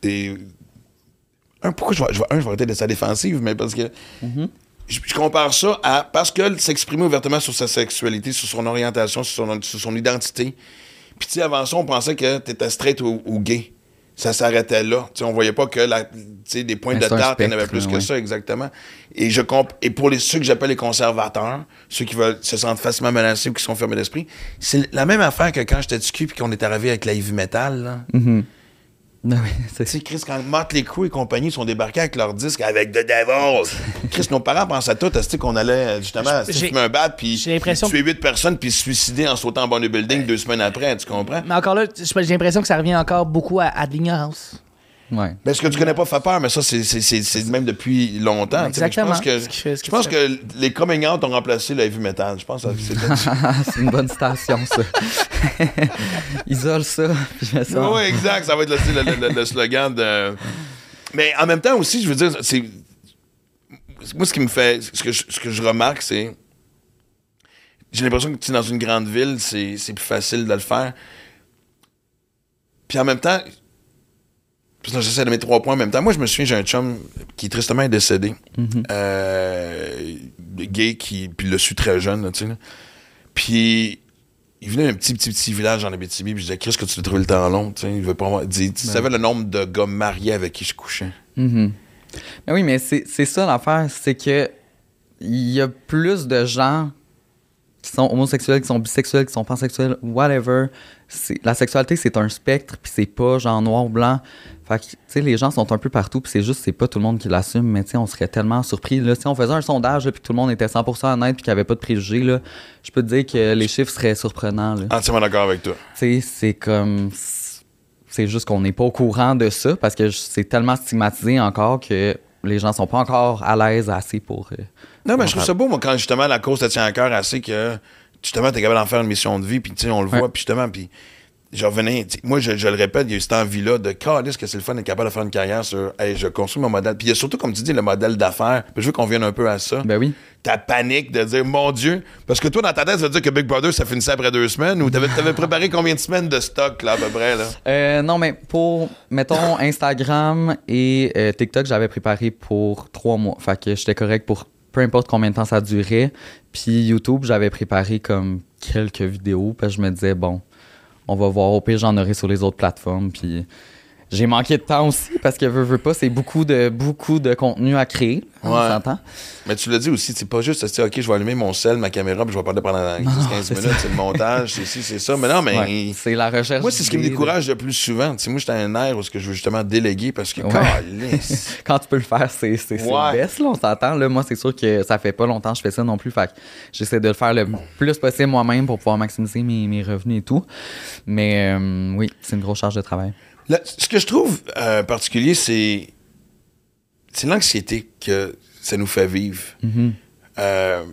Pourquoi je vais arrêter de sa défensive, mais parce que... Je compare ça à... Parce que s'exprimer ouvertement sur sa sexualité, sur son orientation, sur son identité. Puis, tu sais, avant ça, on pensait que t'étais straight ou gay. Ça s'arrêtait là. T'sais, on voyait pas que des points de tarte, il y en avait plus que ça, exactement. Et pour ceux que j'appelle les conservateurs, ceux qui veulent se sentent facilement menacés ou qui sont fermés d'esprit, c'est la même affaire que quand j'étais du cul et qu'on est arrivé avec la heavy metal, là. Oui, tu sais, Chris, quand Motley Crue et compagnie sont débarqués avec leur disque avec The Devils, Chris, nos parents pensaient à tout, qu'on allait justement fumer un bat, puis tuer 8 personnes, puis se suicider en sautant en bodybuilding 2 semaines après, tu comprends? Mais encore là, j'ai l'impression que ça revient encore beaucoup à de l'ignorance. Ouais. Ben, ce que tu connais pas fait peur, mais ça, c'est même depuis longtemps. Exactement. Je pense que les coming out ont remplacé le heavy metal. Je pense que c'est une bonne citation, ça. Isole ça. Oui, exact. Ça va être le slogan de... Mais en même temps aussi, je veux dire, moi, ce qui me fait... Ce que je remarque, c'est... J'ai l'impression que dans une grande ville, c'est plus facile de le faire. Puis en même temps... Puis là, j'essaie de mettre 3 points en même temps. Moi, je me souviens, j'ai un chum qui tristement est décédé. Gay, puis il l'a su très jeune, tu sais. Puis il venait d'un petit village en Abitibi, puis je disais, qu'est-ce que tu trouves le temps long, tu sais. Il veut pas avoir... Tu savais le nombre de gars mariés avec qui je couchais. Mais oui, mais c'est ça l'affaire, c'est que il y a plus de gens qui qui sont homosexuels, qui sont bisexuels, qui sont pansexuels, whatever. La sexualité, c'est un spectre, puis c'est pas genre noir ou blanc. Fait que, tu sais, les gens sont un peu partout, puis c'est pas tout le monde qui l'assume, mais tu sais, on serait tellement surpris. Là, si on faisait un sondage, puis tout le monde était 100% honnête, puis qu'il n'y avait pas de préjugés, là, je peux te dire que les chiffres seraient surprenants. Là. Entièrement d'accord avec toi. Tu sais, c'est comme... C'est juste qu'on n'est pas au courant de ça, parce que c'est tellement stigmatisé encore que les gens sont pas encore à l'aise assez pour... non, mais je trouve ça beau, moi, quand justement la cause te tient à cœur assez que justement t'es capable d'en faire une mission de vie, puis tu sais, on le voit, puis justement, puis je revenais, moi je le répète, il y a eu cette envie-là de câlisse que c'est le fun d'être capable de faire une carrière sur hey, je construis mon modèle. Puis il y a surtout, comme tu dis, le modèle d'affaires. Puis je veux qu'on vienne un peu à ça. Ben oui. Ta panique de dire mon Dieu, parce que toi dans ta tête, ça veut dire que Big Brother ça finissait après 2 semaines, ou t'avais préparé combien de semaines de stock là à peu près là? Non, mais pour, mettons, Instagram et TikTok, j'avais préparé pour 3 mois. Fait que j'étais correct pour peu importe combien de temps ça durait. Puis YouTube, j'avais préparé comme quelques vidéos, parce que je me disais, bon, on va voir, au pire, j'en aurai sur les autres plateformes. Puis j'ai manqué de temps aussi, parce que veux pas, c'est beaucoup de contenu à créer, on s'entend. Mais tu l'as dit aussi, c'est pas juste, OK, je vais allumer mon sel, ma caméra, puis je vais parler pendant 10-15 minutes, c'est le montage, c'est ci, c'est ça. Mais non, mais... c'est la recherche. Moi, c'est ce qui me décourage le plus souvent. T'sais, moi, j'étais à un air où je veux justement déléguer, parce que quand tu peux le faire, c'est le best, là, on s'entend. Là, moi, c'est sûr que ça fait pas longtemps que je fais ça non plus, fait que j'essaie de le faire le plus possible moi-même pour pouvoir maximiser mes revenus et tout. Mais oui, c'est une grosse charge de travail. Là, ce que je trouve particulier, c'est l'anxiété que ça nous fait vivre. Mm-hmm. Tu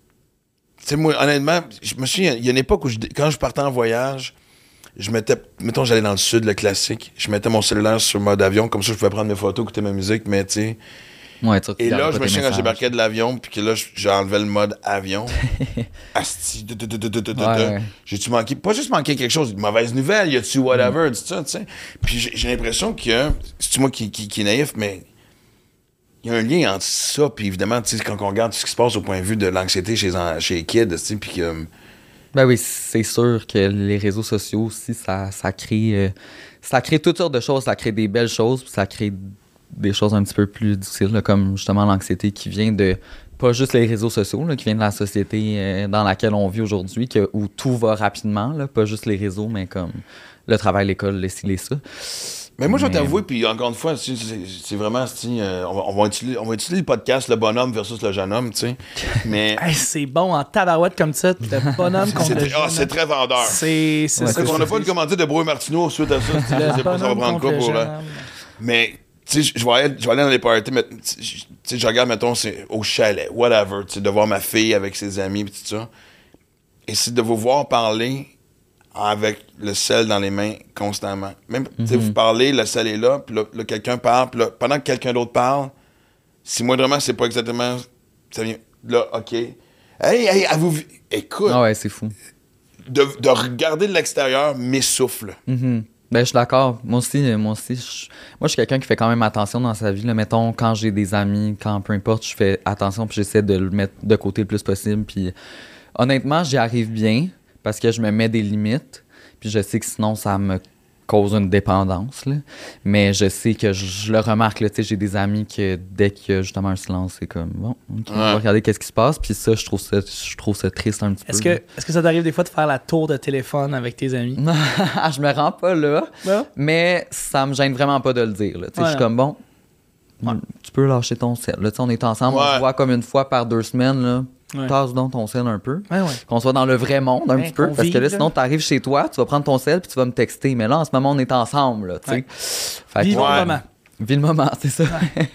sais, moi, honnêtement, je me souviens, il y a une époque où, quand je partais en voyage, je mettais, mettons, j'allais dans le sud, le classique, je mettais mon cellulaire sur mode avion, comme ça, je pouvais prendre mes photos, écouter ma musique, mais tu sais... Ouais, et là, je me souviens quand j'embarquais de l'avion, puis que là, j'enlevais le mode avion. Asti, j'ai-tu manqué? Pas juste manqué quelque chose, une mauvaise nouvelle, y a-tu whatever, tout ça, tu sais. Puis j'ai l'impression que, c'est moi qui est naïf, mais il y a un lien entre ça, puis évidemment, tu sais, quand on regarde ce qui se passe au point de vue de l'anxiété chez les kids, tu sais, puis que... Ben oui, c'est sûr que les réseaux sociaux aussi, ça crée toutes sortes de choses, ça crée des belles choses, puis ça crée des choses un petit peu plus difficiles, là, comme justement l'anxiété qui vient de, pas juste les réseaux sociaux, là, qui vient de la société dans laquelle on vit aujourd'hui, où tout va rapidement, là, pas juste les réseaux, mais comme le travail, l'école, les ci, les ça. Mais moi, je vais t'avouer, puis encore une fois, c'est vraiment, on va utiliser le podcast, le bonhomme versus le jeune homme, tu sais. Mais hey, c'est bon en tabarouette comme ça, le bonhomme contre le jeune homme. C'est très vendeur. C'est ça. On n'a pas une commandite de Brouille Martineau suite à ça. Je sais pas ça va prendre quoi pour là. Mais tu sais, je vais aller dans les parties, mais tu sais, je regarde, mettons, c'est au chalet, whatever, tu sais, de voir ma fille avec ses amis, pis tout ça. Et c'est de vous voir parler avec le sel dans les mains constamment. Même, tu sais, vous parlez, le sel est là, puis là, quelqu'un parle, puis là, pendant que quelqu'un d'autre parle, si moindrement, c'est pas exactement, ça vient, là, OK. Hey, vous, écoute. Ah ouais, c'est fou. De regarder de l'extérieur m'essouffle. Ben, je suis d'accord. Moi aussi, moi, je suis quelqu'un qui fait quand même attention dans sa vie. Là. Mettons, quand j'ai des amis, quand peu importe, je fais attention puis j'essaie de le mettre de côté le plus possible. Puis honnêtement, j'y arrive bien parce que je me mets des limites. Puis je sais que sinon, ça me cause une dépendance. Là. Mais je sais que je le remarque. Là, j'ai des amis que dès qu'il y a justement un silence, c'est comme bon, okay, on va regarder qu'est-ce qui se passe. Puis ça, je trouve ça triste un petit peu. Est-ce que ça t'arrive des fois de faire la tour de téléphone avec tes amis? Je me rends pas là, non? Mais ça me gêne vraiment pas de le dire. Je suis comme bon, tu peux lâcher ton sel. Là, on est ensemble, on se voit comme une fois par 2 semaines. Là. Tasse donc ton sel un peu. Qu'on soit dans le vrai monde un petit peu. Parce que là, sinon, t'arrives chez toi, tu vas prendre ton sel puis tu vas me texter. Mais là, en ce moment, on est ensemble. Là, Vive le moment. Vive le moment, c'est ça.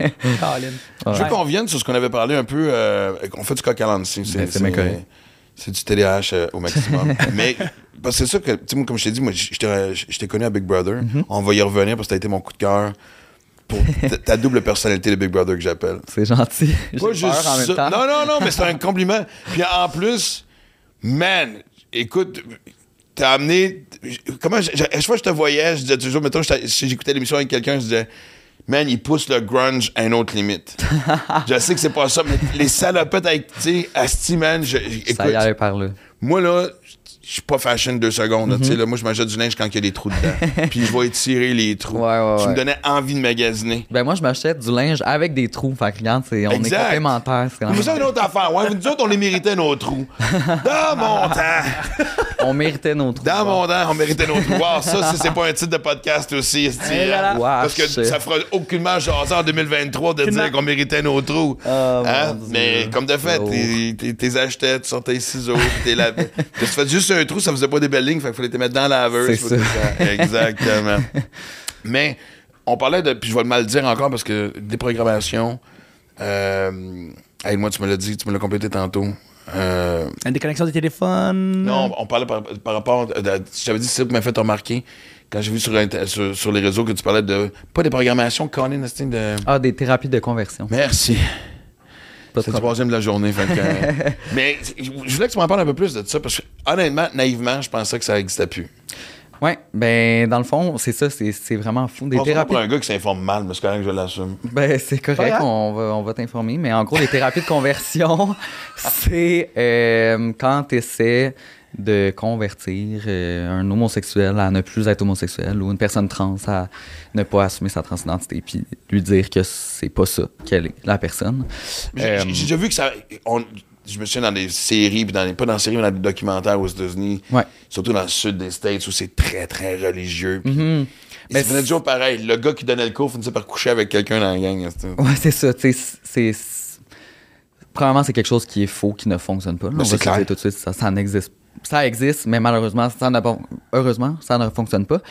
Je veux qu'on vienne sur ce qu'on avait parlé un peu. On fait du coq à l'âne ici. C'est du TDAH au maximum. Mais parce que c'est ça que, tu sais, moi, comme je t'ai dit, moi, je t'ai connu à Big Brother. On va y revenir parce que t'as été mon coup de cœur. Pour ta double personnalité de Big Brother que j'appelle. C'est gentil. Pas juste peur en même temps. Non, mais c'est un compliment. Puis en plus, man, écoute, t'as amené... Comment... À chaque fois que je te voyais, je disais toujours, mettons, si j'écoutais l'émission avec quelqu'un, je disais, man, il pousse le grunge à une autre limite. Je sais que c'est pas ça, mais les salopettes avec, tu sais, asti, man, écoute... Ça y allait par là. Moi, là, je suis pas fashion 2 secondes. Là, moi, je m'achète du linge quand il y a des trous dedans. Puis je vais étirer les trous. Tu me donnais envie de magasiner. Ben moi, je m'achète du linge avec des trous. Fait que regarde, on est complémentaires. Mais c'est une autre affaire. Ouais, nous autres, on les méritait nos trous. Dans mon temps. On méritait nos trous. Dans mon temps, on méritait nos trous. Wow, ça, c'est pas un titre de podcast aussi. Parce que ça fera aucunement jaser en 2023 de dire qu'on méritait nos trous. Mais comme de fait, t'es achetais, tu sortais les ciseaux, t'es lavé. Tu fais juste un trou, ça faisait pas des belles lignes, fait qu'il fallait te mettre dans la laveuse. C'est ça. Exactement. Mais on parlait de, puis je vais le mal dire encore parce que déprogrammation, moi tu me l'as dit, tu me l'as complété tantôt. Une déconnexion des téléphones. Non, on parlait par rapport, j'avais dit, c'est ça qui m'a fait remarquer quand j'ai vu sur les réseaux que tu parlais de, pas des programmations, Colin, de... des thérapies de conversion. Merci. C'est le 3e de la journée. Mais je voulais que tu m'en parles un peu plus de ça, parce que honnêtement, naïvement, je pensais que ça n'existait plus. Oui, ben dans le fond, c'est ça, c'est vraiment fou. Des thérapies... pour un gars qui s'informe mal, mais c'est correct que je l'assume. Ben c'est correct, on va t'informer, mais en gros, les thérapies de conversion, c'est quand tu essaies de convertir un homosexuel à ne plus être homosexuel ou une personne trans à ne pas assumer sa transidentité puis lui dire que c'est pas ça qu'elle est, la personne. J'ai déjà vu que ça... Je me souviens dans des séries, pas dans des séries, mais dans des documentaires aux États-Unis, surtout dans le sud des States où c'est très, très religieux. Puis ça venait toujours pareil. Le gars qui donnait le cours finissait par coucher avec quelqu'un dans la gang. Ouais, c'est ça. Premièrement, c'est quelque chose qui est faux, qui ne fonctionne pas. C'est clair. Tout de suite, ça n'existe pas. Ça existe, mais malheureusement, heureusement, ça ne fonctionne pas.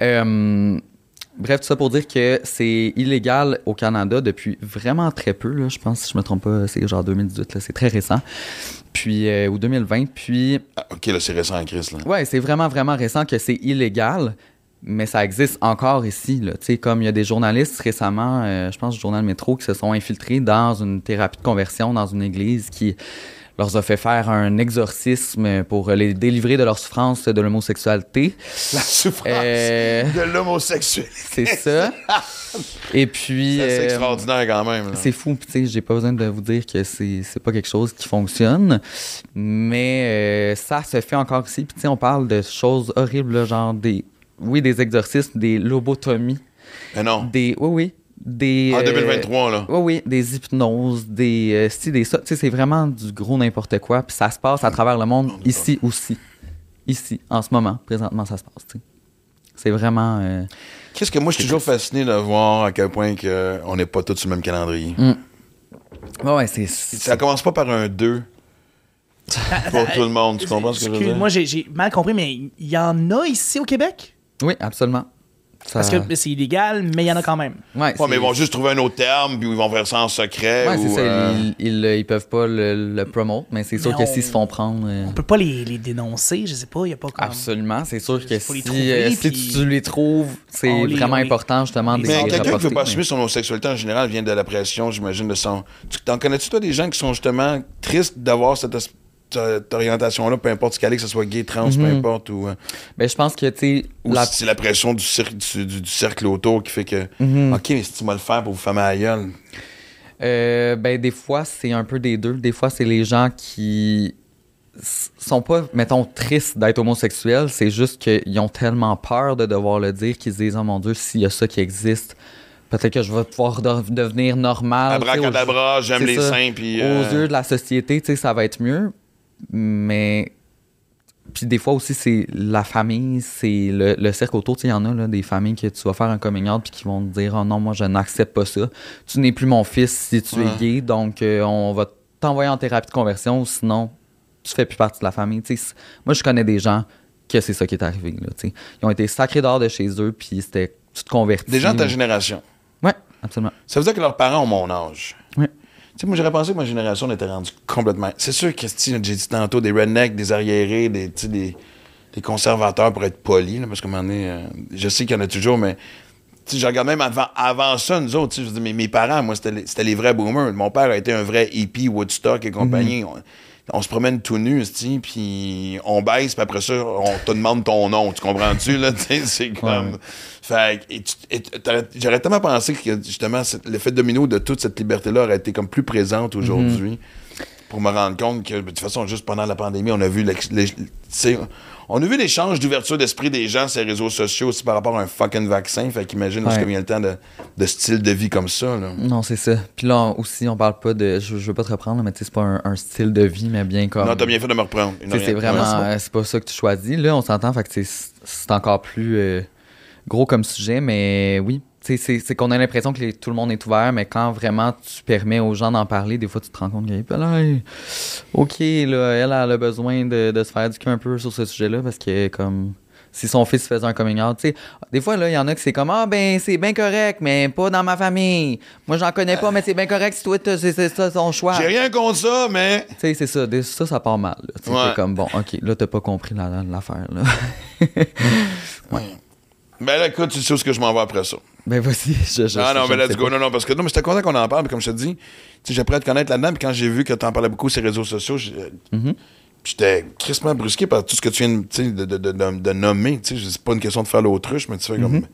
Bref, tout ça pour dire que c'est illégal au Canada depuis vraiment très peu. Là, je pense, si je me trompe pas, c'est genre 2018. Là, c'est très récent. Puis, ou 2020. Puis... OK, là, c'est récent en crise. Oui, c'est vraiment, vraiment récent que c'est illégal, mais ça existe encore ici. Là. Tu sais, comme il y a des journalistes récemment, je pense, du Journal Métro, qui se sont infiltrés dans une thérapie de conversion dans une église qui leur a fait faire un exorcisme pour les délivrer de leur souffrance de l'homosexualité. La souffrance de l'homosexualité. C'est ça. Et puis... c'est extraordinaire quand même. Là. C'est fou. Tu sais, j'ai pas besoin de vous dire que c'est pas quelque chose qui fonctionne. Mais ça se fait encore ici. Puis tu sais, on parle de choses horribles, là, genre des exorcismes, des lobotomies. Mais non. Oui. En 2023, là. Oui, des hypnoses, des ça. Tu sais, c'est vraiment du gros n'importe quoi. Puis ça se passe à travers le monde, ici aussi. Ici, en ce moment, présentement, ça se passe, tu sais. C'est vraiment... Qu'est-ce que moi, je suis toujours fasciné de voir à quel point on n'est pas tous sur le même calendrier. Ouais, c'est... Ça commence pas par un 2 pour tout le monde. Tu comprends ce que je veux dire? Moi, j'ai mal compris, mais il y en a ici au Québec? Oui, absolument. Parce que c'est illégal, mais il y en a quand même. Ouais, mais ils vont juste trouver un autre terme, puis ils vont faire ça en secret. Ouais, c'est ça. Ils peuvent pas le promote, mais c'est sûr que s'ils se font prendre... On peut pas les dénoncer, je sais pas, il y a pas comme... Absolument, c'est sûr que si tu les trouves, c'est vraiment important, justement, de les rapporter. Mais quelqu'un qui veut pas assumer son homosexualité en général vient de la pression, j'imagine, de son... T'en connais-tu, toi, des gens qui sont justement tristes d'avoir cette orientation-là, peu importe ce qu'elle est, que ce soit gay, trans, peu importe, ou... Ben, je pense que, tu sais... c'est la pression du cercle autour qui fait que... OK, mais si tu vas le faire pour vous fermer la gueule... Ben, des fois, c'est un peu des deux. Des fois, c'est les gens qui sont pas, mettons, tristes d'être homosexuels, c'est juste qu'ils ont tellement peur de devoir le dire qu'ils se disent « Oh mon Dieu, s'il y a ça qui existe... » Peut-être que je vais pouvoir devenir normal. Abracadabra, j'aime les seins. Puis, aux yeux de la société, tu sais, ça va être mieux. Mais. Puis des fois aussi, c'est la famille, c'est le cercle autour. Tu sais, il y en a là, des familles que tu vas faire un coming out puis qui vont te dire « Oh non, moi, je n'accepte pas ça. Tu n'es plus mon fils si tu es gay, donc on va t'envoyer en thérapie de conversion, sinon tu fais plus partie de la famille. » Tu sais, moi, je connais des gens que c'est ça qui est arrivé. Là, tu sais. Ils ont été sacrés dehors de chez eux, puis c'était tu te convertis. Des gens de ta génération. Oui, absolument. Ça veut dire que leurs parents ont mon âge. Oui. Tu sais, moi, j'aurais pensé que ma génération était rendue complètement... C'est sûr que, j'ai dit tantôt, des rednecks, des arriérés, des conservateurs pour être polis, là, parce qu'à un moment donné, je sais qu'il y en a toujours, mais... Tu sais, je regarde même avant ça, nous autres, tu sais, je dis, mes parents, moi, c'était les vrais boomers. Mon père a été un vrai hippie, Woodstock et compagnie. On se promène tout nu, puis on baisse, puis après ça, on te demande ton nom. Tu comprends-tu, là? C'est comme... Ouais. Fait j'aurais tellement pensé que, justement, l'effet domino de toute cette liberté-là aurait été comme plus présente aujourd'hui. pour me rendre compte que, de toute façon, juste pendant la pandémie, on a vu l'échange d'ouverture d'esprit des gens sur les réseaux sociaux aussi par rapport à un fucking vaccin. Fait qu'imagine jusqu'à combien de temps de style de vie comme ça. Là. Non, c'est ça. Puis là aussi, on parle pas de... Je veux pas te reprendre, mais tu sais, c'est pas un style de vie, mais bien comme... Non, t'as bien fait de me reprendre. C'est vraiment... c'est pas ça que tu choisis. Là, on s'entend, fait que c'est encore plus gros comme sujet, mais oui. C'est qu'on a l'impression que tout le monde est ouvert, mais quand vraiment tu permets aux gens d'en parler, des fois tu te rends compte OK, là, elle a besoin de se faire éduquer un peu sur ce sujet-là, parce que comme si son fils faisait un coming out, tu sais, des fois là, il y en a que c'est comme c'est bien correct, mais pas dans ma famille. Moi j'en connais pas, mais c'est bien correct si toi c'est ça ton choix. J'ai rien contre ça, mais tu sais, c'est ça, ça part mal. C'est comme bon, OK, là t'as pas compris l'affaire là. Ouais. Ben là, écoute, tu sais où est-ce que je m'en vais après ça. Ben vas-y, non, mais let's go. Non, parce que mais j'étais content qu'on en parle, mais comme je te dis, tu sais, j'ai appris à te connaître là-dedans, puis quand j'ai vu que t'en parlais beaucoup sur les réseaux sociaux, j'étais crissement brusqué par tout ce que tu viens de nommer. Tu sais, c'est pas une question de faire l'autruche, mais tu fais comme.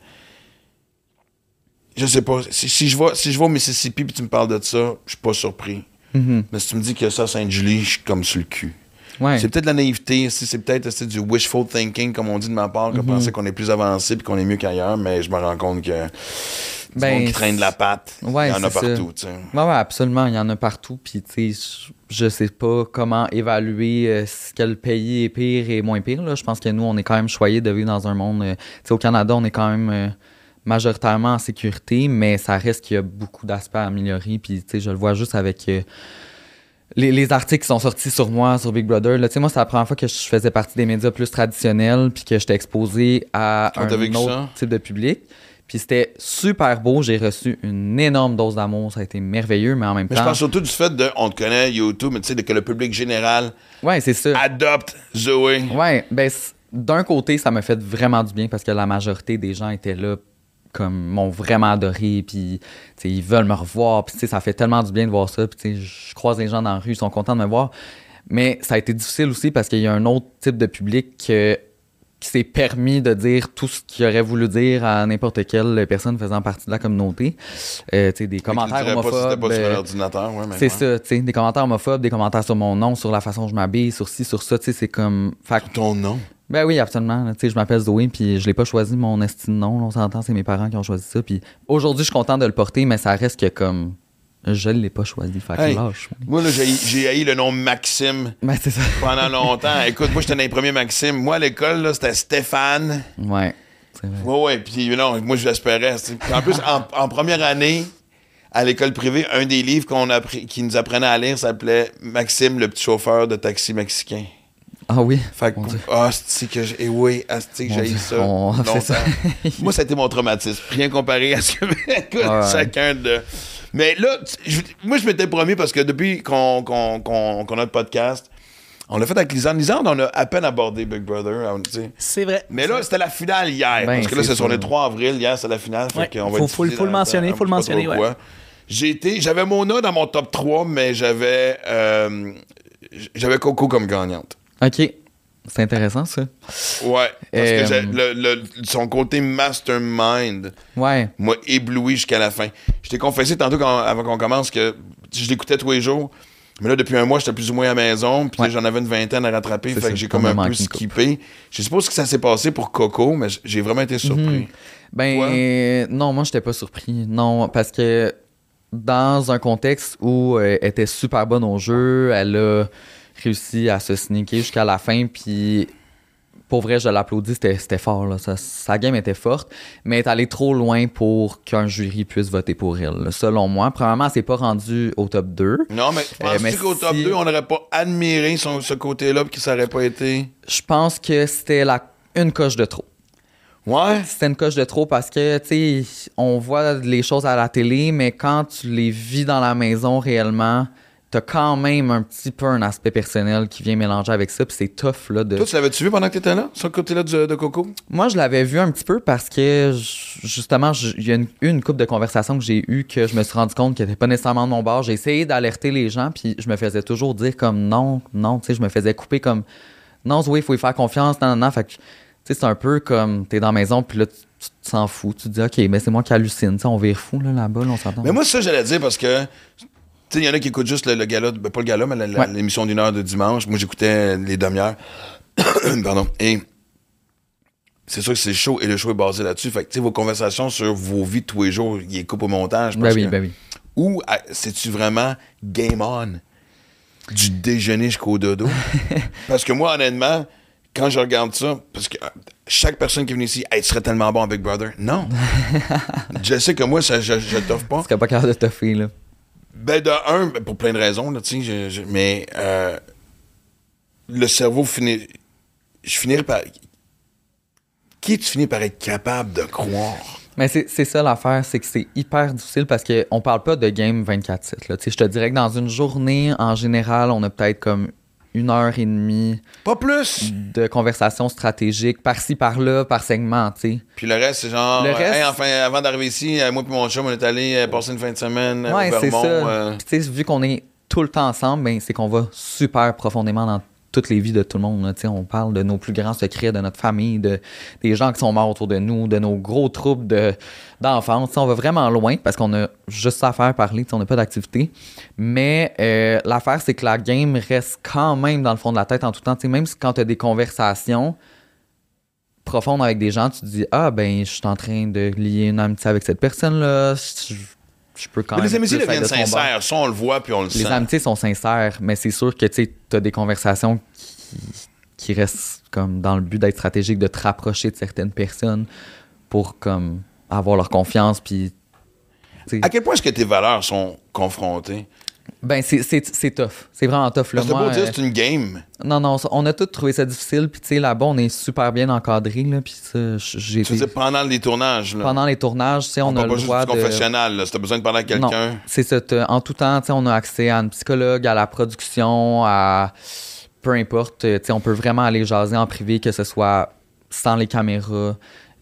Je sais pas. Si je vais au Mississippi puis tu me parles de ça, je suis pas surpris. Mais si tu me dis que ça à Sainte-Julie, je suis comme sur le cul. Ouais. C'est peut-être de la naïveté, c'est peut-être du wishful thinking, comme on dit de ma part, que penser qu'on est plus avancé et qu'on est mieux qu'ailleurs, mais je me rends compte que du monde qui traîne de la patte, il y en a partout. Ouais, absolument, il y en a partout. Puis, tu sais, je sais pas comment évaluer quel pays est pire et moins pire. Là. Je pense que nous, on est quand même choyés de vivre dans un monde... tu sais, au Canada, on est quand même... majoritairement en sécurité, mais ça reste qu'il y a beaucoup d'aspects à améliorer. Puis, tu sais, je le vois juste avec les articles qui sont sortis sur moi, sur Big Brother. Là, tu sais, moi, c'est la première fois que je faisais partie des médias plus traditionnels, puis que j'étais exposé à un autre type de public. Puis c'était super beau. J'ai reçu une énorme dose d'amour. Ça a été merveilleux, mais en même temps... je pense surtout du fait on te connaît, YouTube, mais tu sais, que le public général c'est ça. Adopte Zoé. Ouais, ben d'un côté, ça m'a fait vraiment du bien parce que la majorité des gens étaient là comme m'ont vraiment adoré, puis ils veulent me revoir, puis ça fait tellement du bien de voir ça, puis je croise les gens dans la rue, ils sont contents de me voir, mais ça a été difficile aussi parce qu'il y a un autre type de public qui s'est permis de dire tout ce qu'il aurait voulu dire à n'importe quelle personne faisant partie de la communauté. Des commentaires homophobes. Pas sur l'ordinateur, c'est ça, des commentaires homophobes, des commentaires sur mon nom, sur la façon dont je m'habille, sur ci, sur ça, c'est comme... Ton nom? Ben oui, absolument. Je m'appelle Zoé, puis je l'ai pas choisi mon estime nom. On s'entend, c'est mes parents qui ont choisi ça. Puis aujourd'hui, je suis content de le porter, mais ça reste que comme... Je l'ai pas choisi, fait que lâche. Moi, là, j'ai haï le nom Maxime c'est ça. pendant longtemps. Écoute, moi, j'étais dans les premiers Maxime. Moi, à l'école, là, c'était Stéphane. Ouais, c'est vrai. Ouais, puis non, moi, je l'espérais. En plus, en première année, à l'école privée, un des livres qui nous apprenait à lire s'appelait Maxime, le petit chauffeur de taxi mexicain. Ah oui? Fait que, c'est que j'ai eu ça. Moi, ça a été mon traumatisme. Rien comparé à ce que chacun de... Mais là, moi, je m'étais promis parce que depuis qu'on a le podcast, on l'a fait avec Lisanne. Lisanne, on a à peine abordé Big Brother. C'est vrai. Mais là, c'était la finale hier. Parce que là, c'est sur le 3 avril. Hier, c'est la finale. Faut le mentionner. Faut le mentionner, J'avais Mona dans mon top 3, mais j'avais Coco comme gagnante. OK. C'est intéressant, ça. Ouais. Parce que son côté mastermind m'a ébloui jusqu'à la fin. Je t'ai confessé tantôt, avant qu'on commence, que je l'écoutais tous les jours. Mais là, depuis un mois, j'étais plus ou moins à la maison. Puis j'en avais une vingtaine à rattraper. Fait que j'ai comme un peu skippé. Je sais pas ce que ça s'est passé pour Coco, mais j'ai vraiment été surpris. Non, moi, j'étais pas surpris. Non, parce que dans un contexte où elle était super bonne au jeu, elle a réussi à se sneaker jusqu'à la fin, puis pour vrai, je l'applaudis, c'était fort, là. Sa game était forte, mais elle est allée trop loin pour qu'un jury puisse voter pour elle, là, selon moi. Premièrement, elle s'est pas rendue au top 2. Non, mais penses-tu qu'au top 2, on n'aurait pas admiré ce côté-là, puis que ça n'aurait pas été... Je pense que c'était une coche de trop. Ouais? C'était une coche de trop parce que, tu sais, on voit les choses à la télé, mais quand tu les vis dans la maison réellement... T'as quand même un petit peu un aspect personnel qui vient mélanger avec ça, puis c'est tough, là. Toi, tu l'avais-tu vu pendant que t'étais là, sur le côté-là de Coco? Moi, je l'avais vu un petit peu parce que, justement, il y a une couple de conversations que j'ai eues que je me suis rendu compte qu'elle n'était pas nécessairement de mon bord. J'ai essayé d'alerter les gens, puis je me faisais toujours dire comme non, tu sais, je me faisais couper comme non, Zoé, il faut y faire confiance, non. Fait que, tu sais, c'est un peu comme t'es dans la maison, puis là, tu t'en fous. Tu te dis, OK, mais c'est moi qui hallucine, tu sais, on vire fou, là, là-bas, là, on s'entend. Mais moi, ça, j'allais dire parce que Tu sais, il y en a qui écoutent juste le gala, pas le gala, mais l'émission d'1 heure de dimanche. Moi, j'écoutais les demi-heures. Pardon. Et c'est sûr que c'est chaud et le show est basé là-dessus. Fait que, tu sais, vos conversations sur vos vies de tous les jours, ils les coupent au montage. Ben oui. Ou c'est-tu vraiment game on? Du déjeuner jusqu'au dodo? Parce que moi, honnêtement, quand je regarde ça, parce que chaque personne qui est venue ici, hey, tu serais tellement bon avec Brother. Non. Je sais que moi, je t'offre pas. Tu serais pas capable de t'offrir, là. Ben, de un, pour plein de raisons, là, tu sais, mais le cerveau finit. Je finirais par. Qui tu finis par être capable de croire? Mais c'est ça l'affaire, c'est que c'est hyper difficile parce qu'on parle pas de game 24/7. Là. Je te dirais que dans une journée, en général, on a peut-être comme 1h30. Pas plus! De conversations stratégiques, par-ci, par-là, par segment, tu sais. Puis le reste, c'est genre, hey, enfin, avant d'arriver ici, moi et mon chum, on est allé passer une fin de semaine au Vermont. C'est ça. Puis tu sais, vu qu'on est tout le temps ensemble, ben, c'est qu'on va super profondément dans toutes les vies de tout le monde. Là, on parle de nos plus grands secrets, de notre famille, des gens qui sont morts autour de nous, de nos gros troubles d'enfance. On va vraiment loin parce qu'on a juste ça à faire parler, on n'a pas d'activité. Mais l'affaire, c'est que la game reste quand même dans le fond de la tête en tout temps. Même quand tu as des conversations profondes avec des gens, tu te dis « Ah, ben, je suis en train de lier une amitié avec cette personne-là. Je peux quand même. » Les amitiés deviennent sincères. Ça, on le voit puis on le sent. Les amitiés sont sincères, mais c'est sûr que tu as des conversations qui restent comme dans le but d'être stratégique, de te rapprocher de certaines personnes pour comme avoir leur confiance. Puis, à quel point est-ce que tes valeurs sont confrontées? Ben, c'est tough. C'est vraiment tough. Parce que beau dire, c'est une game. Non, on a tous trouvé ça difficile. Puis, tu sais, là-bas, on est super bien encadré. Puis, ça, j'ai tu veux dire pendant les tournages? Là. Pendant les tournages, tu sais, on a le droit de... confessionnal, là, si t'as besoin de parler à quelqu'un. Non, c'est ça. En tout temps, tu sais, on a accès à une psychologue, à la production, à... Peu importe. Tu sais, on peut vraiment aller jaser en privé, que ce soit sans les caméras.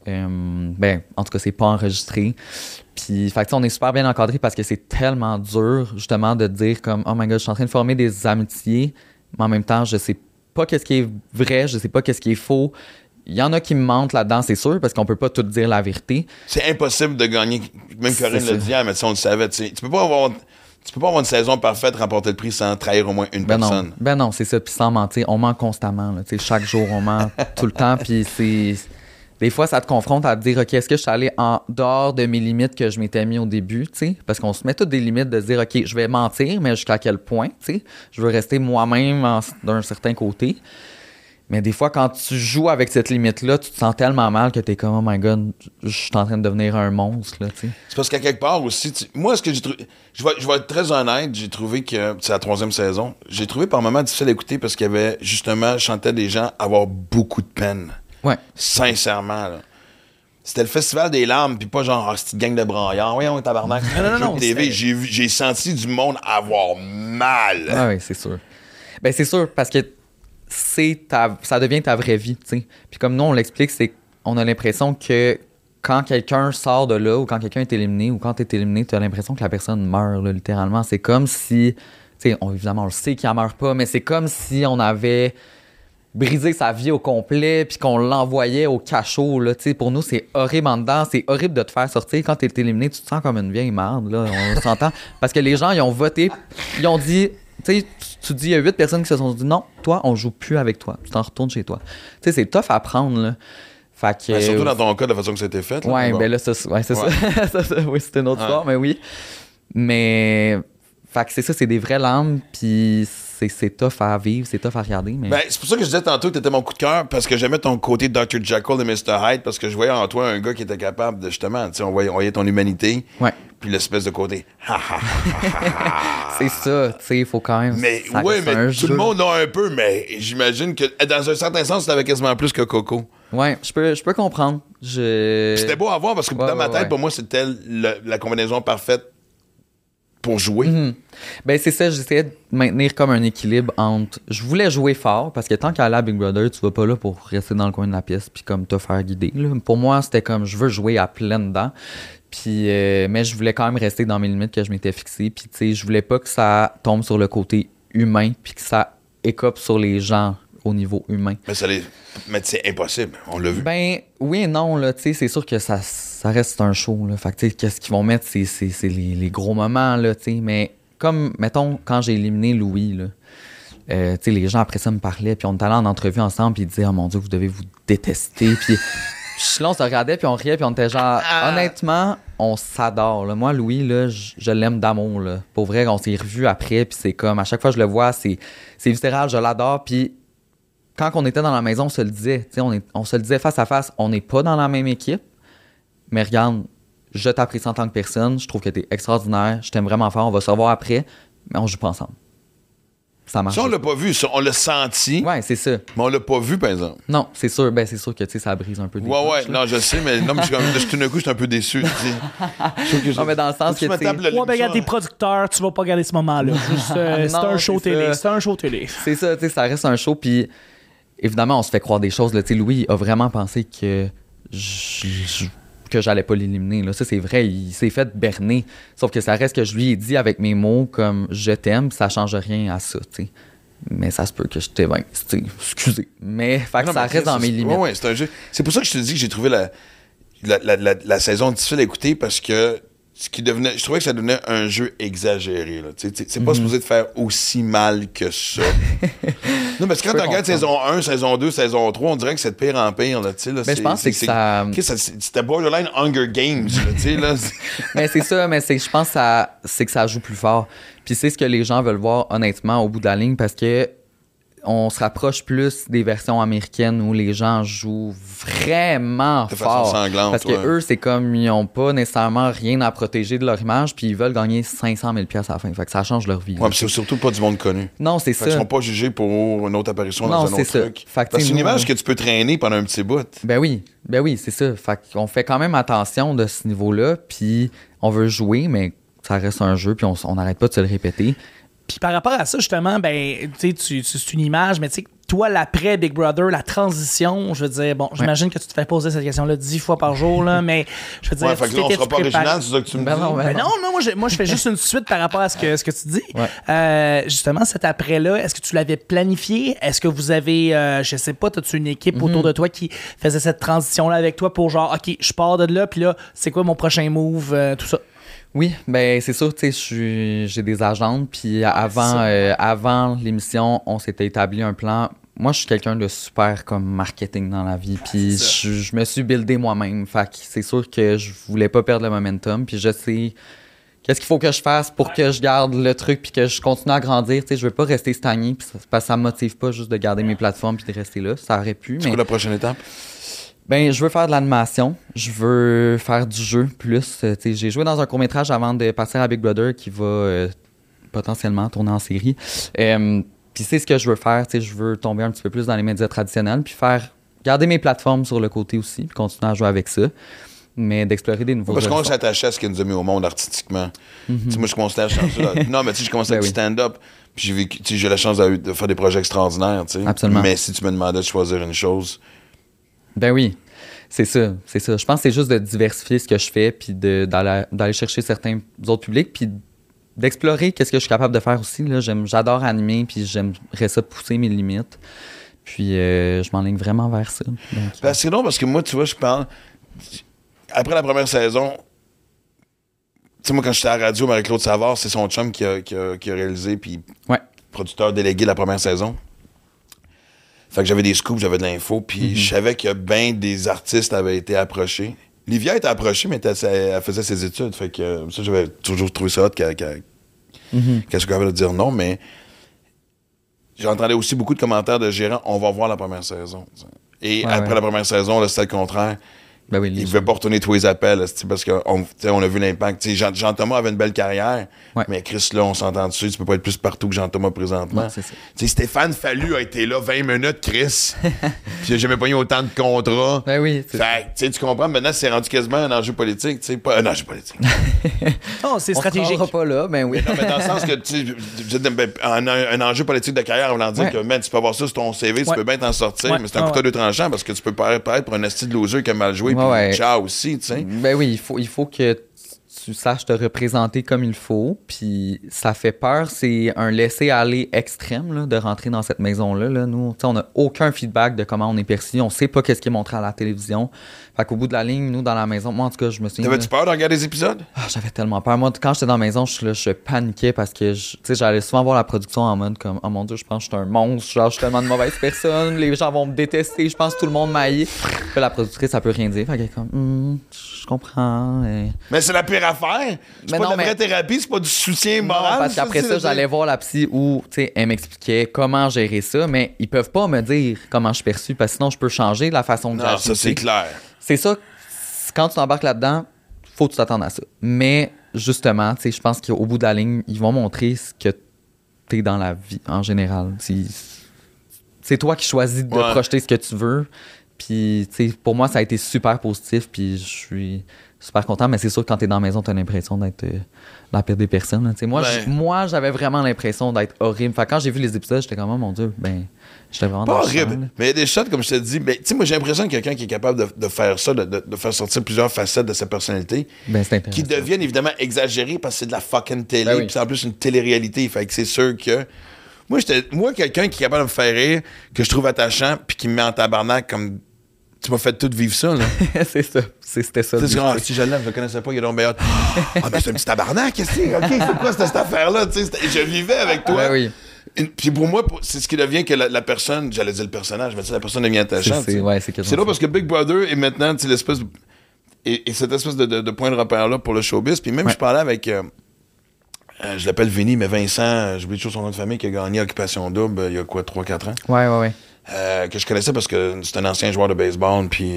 Ben, en tout cas, c'est pas enregistré. Puis, fait que, on est super bien encadré parce que c'est tellement dur, justement, de dire comme, oh my god, je suis en train de former des amitiés, mais en même temps, je sais pas qu'est-ce qui est vrai, je sais pas qu'est-ce qui est faux. Il y en a qui me mentent là-dedans, c'est sûr, parce qu'on peut pas tout dire la vérité. C'est impossible de gagner. Même Corinne l'a dit, mais on le savait, tu sais. Tu peux pas avoir une saison parfaite, remporter le prix sans trahir au moins une personne. Ben non, c'est ça. Puis sans mentir, on ment constamment. Là, chaque jour, on ment tout le temps. Puis c'est... Des fois, ça te confronte à te dire, OK, est-ce que je suis allé en dehors de mes limites que je m'étais mis au début, tu sais? Parce qu'on se met toutes des limites de se dire, OK, je vais mentir, mais jusqu'à quel point, tu sais? Je veux rester moi-même d'un certain côté. Mais des fois, quand tu joues avec cette limite-là, tu te sens tellement mal que t'es comme, oh my god, je suis en train de devenir un monstre, là, tu sais. C'est parce qu'à quelque part aussi, moi, ce que j'ai trouvé... Je vais être très honnête, j'ai trouvé que... C'est la 3e saison. J'ai trouvé par moments difficile à écouter parce qu'il y avait, justement, je sentais des gens avoir beaucoup de peine. Ouais. Sincèrement, là. C'était le festival des larmes, puis pas genre, cette gang de braillards. Oui, on est tabarnak. Non. TV, j'ai senti du monde avoir mal. Ah oui, c'est sûr. Ben, c'est sûr, parce que ça devient ta vraie vie, tu sais. Puis comme nous, on l'explique, c'est qu'on a l'impression que quand quelqu'un sort de là, ou quand quelqu'un est éliminé, ou quand t'es éliminé, t'as l'impression que la personne meurt, là, littéralement. C'est comme si, tu sais, évidemment, on le sait qu'elle meurt pas, mais c'est comme si on avait briser sa vie au complet puis qu'on l'envoyait au cachot, là, tu sais, pour nous, c'est horrible en dedans, c'est horrible de te faire sortir. Quand t'es éliminé, tu te sens comme une vieille merde, là, on s'entend. Parce que les gens, ils ont voté, ils ont dit, tu sais, tu dis, il y a 8 personnes qui se sont dit, non, toi, on joue plus avec toi, tu t'en retournes chez toi. Tu sais, c'est tough à prendre, là. Fait que, ben, surtout dans ton cas, de la façon que ça a été fait. Là, ouais, ben là, c'est ça. Oui, c'était une autre histoire, mais oui. Mais, fait que c'est ça, c'est des vraies larmes, puis c'est tough à vivre, c'est tough à regarder. Mais... Ben, c'est pour ça que je disais tantôt que t'étais mon coup de cœur, parce que j'aimais ton côté Dr. Jekyll et Mr. Hyde, parce que je voyais en toi un gars qui était capable de, justement, tu sais, on voyait ton humanité, ouais. Puis l'espèce de côté. C'est ça, tu sais, il faut quand même. Mais oui, mais tout le monde l'a un peu, mais j'imagine que dans un certain sens, t'avais quasiment plus que Coco. Ouais, je peux comprendre. C'était beau à voir parce que dans ma tête, pour moi, c'était la combinaison parfaite pour jouer. Mm-hmm. Ben c'est ça, j'essayais de maintenir comme un équilibre entre... Je voulais jouer fort, parce que tant qu'à la Big Brother, tu vas pas là pour rester dans le coin de la pièce puis comme te faire guider. Là. Pour moi, c'était comme, je veux jouer à plein dedans. Puis, mais je voulais quand même rester dans mes limites que je m'étais fixées. Puis, tu sais, je voulais pas que ça tombe sur le côté humain puis que ça écope sur les gens au niveau humain. Mais c'est impossible, on l'a vu. Ben oui et non, là, tu sais, c'est sûr que ça reste un show, là. Fait que, tu sais, qu'est-ce qu'ils vont mettre, c'est les gros moments, là, tu sais, mais comme, mettons, quand j'ai éliminé Louis, là, tu sais, les gens après ça me parlaient, puis on était allés en entrevue ensemble, puis ils disaient « Oh mon Dieu, vous devez vous détester. » Puis là, on se regardait, puis on riait, puis on était genre « Honnêtement, on s'adore. Là. Moi, Louis, là, je l'aime d'amour. Là. Pour vrai, on s'est revus après, puis c'est comme, à chaque fois que je le vois, c'est viscéral, je l'adore. Puis quand on était dans la maison, on se le disait. On se le disait face à face, on n'est pas dans la même équipe, mais regarde, je t'apprécie en tant que personne, je trouve que t'es extraordinaire, je t'aime vraiment fort, on va se revoir après, mais on joue pas ensemble. Ça marche. Ça, on l'a pas vu, ça, on l'a senti. Ouais, c'est ça. Mais on l'a pas vu, par exemple. Non, c'est sûr. Ben, c'est sûr que, tu sais, ça brise un peu des ouais, non, je sais, mais non, mais tout d'un coup, je suis un peu déçu. Non, mais dans le sens que, tu sais... Ouais, ben, regarde, t'es producteur, tu vas pas regarder ce moment-là. Juste, c'est un show télé. C'est un show télé. C'est ça, tu sais, ça reste un show, puis évidemment, on se fait croire des choses. Tu sais, Louis a vraiment pensé que que j'allais pas l'éliminer. Là. Ça, c'est vrai, il s'est fait berner. Sauf que ça reste que je lui ai dit avec mes mots comme « je t'aime », ça change rien à ça, tu sais. Mais ça se peut que je t'évince, tu sais. Excusez. Mais fait que ça reste dans mes limites. Ouais, c'est un jeu. C'est pour ça que je te dis que j'ai trouvé la saison difficile à écouter parce que je trouvais que ça devenait un jeu exagéré. Là. C'est pas supposé de faire aussi mal que ça. Non, parce que quand tu regardes saison 1, saison 2, saison 3, on dirait que c'est de pire en pire. Là, mais je pense que ça... C'était borderline Hunger Games. Là, mais c'est ça, mais je pense que ça joue plus fort. Puis c'est ce que les gens veulent voir, honnêtement, au bout de la ligne, parce que on se rapproche plus des versions américaines où les gens jouent vraiment fort. Sanglante, parce que eux, c'est comme ils n'ont pas nécessairement rien à protéger de leur image, puis ils veulent gagner 500 000 $ à la fin. Fait que ça change leur vie. Ouais, c'est surtout pas du monde connu. Non, c'est ça. Ils ne sont pas jugés pour une autre apparition dans un autre truc. Parce que c'est une image que tu peux traîner pendant un petit bout. Ben oui, c'est ça. Fait qu'on fait quand même attention de ce niveau-là, puis on veut jouer, mais ça reste un jeu, puis on n'arrête pas de se le répéter. Puis par rapport à ça, justement, ben, tu sais, c'est une image, mais tu sais, toi, l'après Big Brother, la transition, je veux dire, bon, j'imagine que tu te fais poser cette question-là 10 fois par jour, là, mais je veux dire, fait que là, on sera pas original, c'est ça que tu me dis. Non, moi, je fais juste une suite par rapport à ce que tu dis. Ouais. Justement, cet après-là, est-ce que tu l'avais planifié? Est-ce que vous avez, je sais pas, as-tu une équipe autour de toi qui faisait cette transition-là avec toi pour genre, OK, je pars de là, puis là, c'est quoi mon prochain move, tout ça? Oui, ben c'est sûr, tu sais, j'ai des agentes, puis avant l'émission, on s'était établi un plan. Moi, je suis quelqu'un de super comme marketing dans la vie, puis je me suis buildé moi-même. Fait que c'est sûr que je voulais pas perdre le momentum, puis je sais qu'est-ce qu'il faut que je fasse pour que je garde le truc puis que je continue à grandir. Tu sais, je veux pas rester stagné, puis parce que ça me motive pas juste de garder mes plateformes puis de rester là. Ça aurait pu, mais... C'est quoi la prochaine étape? Ben, je veux faire de l'animation, je veux faire du jeu plus. J'ai joué dans un court-métrage avant de passer à Big Brother qui va potentiellement tourner en série. Puis c'est ce que je veux faire, je veux tomber un petit peu plus dans les médias traditionnels puis garder mes plateformes sur le côté aussi puis continuer à jouer avec ça. Mais d'explorer des nouveaux horizons. Parce qu'on s'attachait à ce qu'il nous a mis au monde artistiquement. Moi, je commençais à changer. Non, mais j'ai commencé à du stand-up. Puis j'ai la chance de faire des projets extraordinaires. Absolument. Mais si tu me demandais de choisir une chose... Ben oui, c'est ça. Je pense que c'est juste de diversifier ce que je fais, puis d'aller chercher certains autres publics, puis d'explorer qu'est-ce que je suis capable de faire aussi. Là. J'adore animer, puis j'aimerais ça pousser mes limites. Puis je m'enligne vraiment vers ça. Donc, c'est long parce que moi, tu vois, je parle... Après la première saison, tu sais, moi, quand j'étais à la radio, Marie-Claude Savard, c'est son chum qui a réalisé, puis producteur délégué la première saison. Fait que j'avais des scoops, j'avais de l'info, puis je savais que bien des artistes avaient été approchés. Livia était approchée, mais elle faisait ses études. Fait que ça, j'avais toujours trouvé ça hot qu'elle soit capable de dire non, mais j'entendais aussi beaucoup de commentaires de gérants, on va voir la première saison. Et après la première saison, là, c'était le contraire. Ben oui, il ne pouvait pas retourner tous les appels parce qu'on a vu l'impact. Jean-Thomas avait une belle carrière, mais Chris, là, on s'entend dessus. Tu peux pas être plus partout que Jean-Thomas présentement. Stéphane Fallu a été là 20 minutes, Chris. Puis il n'a jamais pogné autant de contrats. Ben oui. Tu comprends, maintenant, c'est rendu quasiment un enjeu politique. Pas un enjeu politique. C'est stratégique. On ne pas là, ben oui. Mais dans le sens que un enjeu politique de carrière, on va dire que tu peux avoir ça sur ton CV, tu peux bien t'en sortir, mais c'est un couteau de tranchant parce que tu peux paraître pour un esti de loser qui a mal joué. Ciao aussi, tu sais. Ben oui, il faut que tu saches te représenter comme il faut. Puis ça fait peur, c'est un laisser-aller extrême là, de rentrer dans cette maison-là. Là. Nous, on n'a aucun feedback de comment on est perçu. On sait pas qu'est-ce qui est montré à la télévision. Fait qu'au bout de la ligne, nous, dans la maison, moi, en tout cas, je me suis... T'avais-tu peur de regarder les épisodes? J'avais tellement peur. Moi, quand j'étais dans la maison, je paniquais parce que j'allais souvent voir la production en mode comme « Oh mon Dieu, je pense que je suis un monstre. Genre, je suis tellement de mauvaise personne. Les gens vont me détester. Je pense que tout le monde m'haït. » Puis la productrice, ça peut rien dire. Fait qu'elle est comme je comprends. Mais c'est la pire affaire. C'est pas de la vraie thérapie, c'est pas du soutien moral. Non, parce qu'après ça, j'allais voir la psy où, tu sais, elle m'expliquait comment gérer ça, mais ils peuvent pas me dire comment je suis perçu, parce que sinon, je peux changer la façon que j'agis. Non, ça, c'est clair. C'est ça, quand tu t'embarques là-dedans, faut que tu t'attendes à ça. Mais, justement, tu sais, je pense qu'au bout de la ligne, ils vont montrer ce que t'es dans la vie, en général. C'est toi qui choisis de projeter ce que tu veux. Puis, tu sais, pour moi, ça a été super positif, puis je suis super content, mais c'est sûr que quand t'es dans la maison, t'as l'impression d'être la pire des personnes. Moi, j'avais vraiment l'impression d'être horrible. Fait que quand j'ai vu les épisodes, j'étais comme, oh mon Dieu, j'étais vraiment pas dans horrible. Le champ, mais il y a des shots, comme je te dis, tu sais, moi, j'ai l'impression que quelqu'un qui est capable de faire ça, de faire sortir plusieurs facettes de sa personnalité, qui deviennent évidemment exagérées parce que c'est de la fucking télé, puis c'est en plus une télé-réalité. Fait que c'est sûr que moi, quelqu'un qui est capable de me faire rire, que je trouve attachant, puis qui me met en tabarnak comme... Tu m'as fait tout vivre ça, là. C'est ça. C'était ça. Si je l'aime, je le connaissais pas, il est donc bien hâte. Ah, ben c'est un petit tabarnak, qu'est-ce que c'est? OK, c'est quoi cette affaire-là? Je vivais avec toi. Oui. Puis pour moi, c'est ce qui devient que la personne, j'allais dire le personnage, mais la personne devient attachante. C'est là parce que Big Brother est maintenant l'espèce... Et cette espèce de point de repère-là pour le showbiz. Puis même, je parlais avec... je l'appelle Vinny, mais Vincent, j'oublie toujours son nom de famille, qui a gagné Occupation Double il y a quoi, 3-4 ans? Ouais. Que je connaissais parce que c'est un ancien joueur de baseball, puis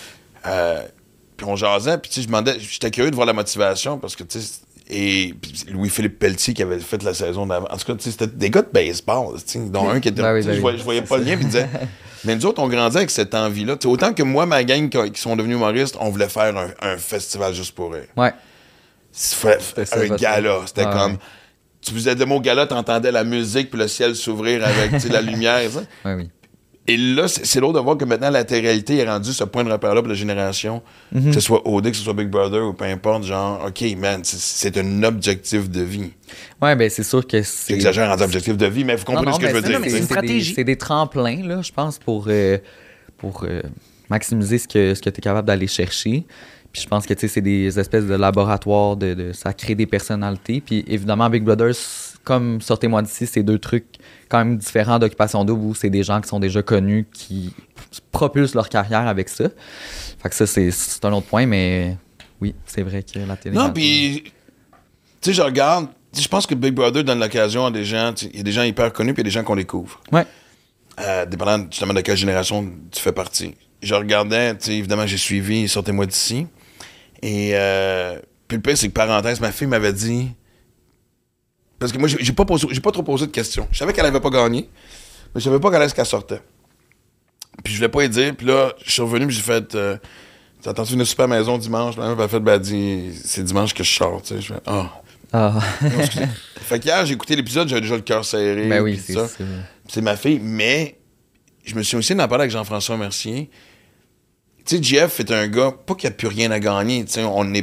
on jasait, puis je demandais, j'étais curieux de voir la motivation, parce que, tu sais, et Louis-Philippe Pelletier qui avait fait la saison d'avant, en tout cas, c'était des gars de baseball, dont un qui était, je voyais pas le lien, puis il disait, mais nous autres, on grandit avec cette envie-là, t'sais, autant que moi, ma gang qui sont devenus humoristes, on voulait faire un festival juste pour eux. Ouais. Un gala, c'était comme... Ouais. Tu faisais des mots gala, t'entendais la musique, puis le ciel s'ouvrir avec la lumière, ça. Oui. Et là, c'est l'autre de voir que maintenant, la télé-réalité est rendue ce point de repère-là pour la génération, que ce soit OD, que ce soit Big Brother ou peu importe, genre, OK, man, c'est un objectif de vie. Ouais, ben c'est sûr que c'est... J'exagère en objectif de vie, mais vous comprenez ce que je veux dire. C'est une stratégie. C'est des tremplins, là, je pense, pour maximiser ce que tu es capable d'aller chercher. Puis je pense que, tu sais, c'est des espèces de laboratoires, ça crée des personnalités. Puis évidemment, Big Brother, comme Sortez-moi d'ici, c'est deux trucs quand même différents d'Occupation Double où c'est des gens qui sont déjà connus qui propulsent leur carrière avec ça. Fait que ça, c'est un autre point, mais oui, c'est vrai que la télé... Non, puis, tu sais, je regarde, je pense que Big Brother donne l'occasion à des gens, il y a des gens hyper connus puis il y a des gens qu'on découvre. Ouais. Dépendant justement de quelle génération tu fais partie. Je regardais, tu sais, évidemment, j'ai suivi Sortez-moi d'ici. Et puis le pire, c'est que parenthèse, ma fille m'avait dit... Parce que moi, j'ai pas trop posé de questions. Je savais qu'elle avait pas gagné, mais je savais pas quand est-ce qu'elle sortait. Puis je voulais pas y dire. Puis là, je suis revenu, puis j'ai fait... T'as entendu une super maison dimanche? Puis elle a fait, c'est dimanche que je sors, tu sais. Je fais, Non, fait qu'hier, j'ai écouté l'épisode, j'avais déjà le cœur serré. Ben oui, c'est ça. C'est ma fille, mais je me suis aussi d'en parler avec Jean-François Mercier. Tu sais, Jeff est un gars, pas qu'il n'y a plus rien à gagner, tu sais,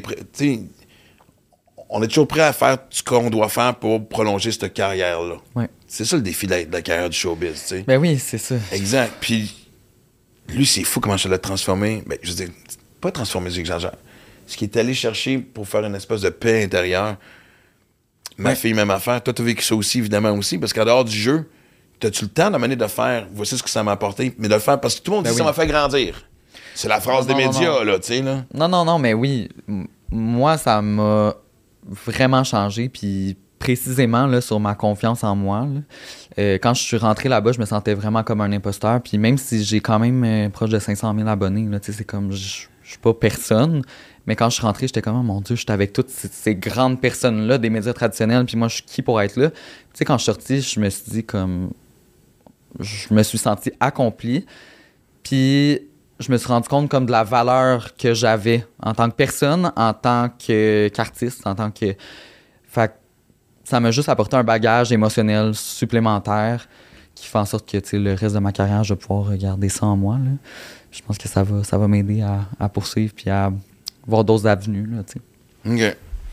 on est toujours prêt à faire ce qu'on doit faire pour prolonger cette carrière-là. Ouais. C'est ça le défi de la carrière du showbiz, tu sais. Ben oui, c'est ça. Exact. Puis, lui, c'est fou comment je l'ai transformé. Ben, je veux dire, pas transformé, j'exagère. Ce qu'il est allé chercher pour faire une espèce de paix intérieure. Ma fille, même affaire. Toi, t'as vécu ça aussi, évidemment, aussi, parce qu'en dehors du jeu, t'as-tu le temps d'amener de faire, voici ce que ça m'a apporté, mais de le faire parce que tout le monde dit ça m'a fait grandir. C'est la phrase des médias, là, tu sais, là. Non, mais oui. Moi, ça m'a vraiment changé, puis précisément, là, sur ma confiance en moi, là, quand je suis rentré là-bas, je me sentais vraiment comme un imposteur, puis même si j'ai quand même proche de 500 000 abonnés, là, tu sais, c'est comme, je suis pas personne, mais quand je suis rentré, j'étais comme, oh mon Dieu, j'étais avec toutes ces grandes personnes-là, des médias traditionnels, puis moi, je suis qui pour être là? Tu sais, quand je suis sorti, je me suis dit comme... Je me suis senti accompli, puis je me suis rendu compte comme de la valeur que j'avais en tant que personne, en tant qu'artiste, en tant que... Fait que ça m'a juste apporté un bagage émotionnel supplémentaire qui fait en sorte que, tu sais, le reste de ma carrière, je vais pouvoir regarder ça en moi, là. Je pense que ça va m'aider à poursuivre puis à voir d'autres avenues, là, tu sais. OK.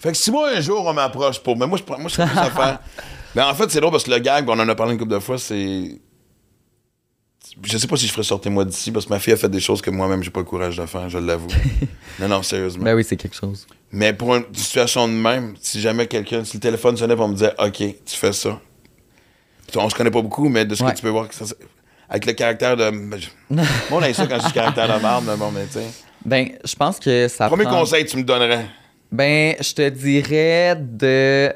Fait que si moi, un jour, on m'approche pour... Mais moi, je serais plus à faire... Mais en fait, c'est drôle parce que le gag, on en a parlé une couple de fois, c'est... Je sais pas si je ferais sortir moi d'ici parce que ma fille a fait des choses que moi-même, j'ai pas le courage de faire, je l'avoue. Non, sérieusement. Ben oui, c'est quelque chose. Mais pour une situation de même, si jamais quelqu'un... Si le téléphone sonnait pour me dire « OK, tu fais ça. » On se connaît pas beaucoup, mais de ce que tu peux voir... Avec le caractère de... Moi, on a ça quand je dis caractère de merde, mais bon, mais tu sais... Ben, je pense que ça Premier conseil que tu me donnerais? Ben, je te dirais de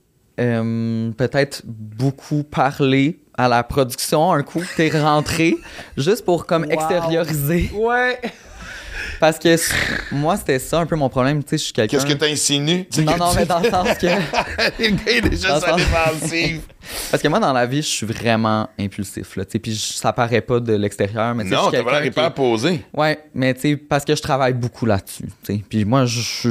peut-être beaucoup parler à la production un coup que t'es rentré, juste pour comme extérioriser. Ouais. Parce que moi, c'était ça un peu mon problème. Tu sais, je suis quelqu'un... Qu'est-ce que t'insinues? Non, mais dans le sens que... Le gars est déjà sur la défensive. Parce que moi, dans la vie, je suis vraiment impulsif. Là, puis ça paraît pas de l'extérieur. Mais non, t'as l'air hyper posé. Ouais, mais tu sais, parce que je travaille beaucoup là-dessus. Puis moi,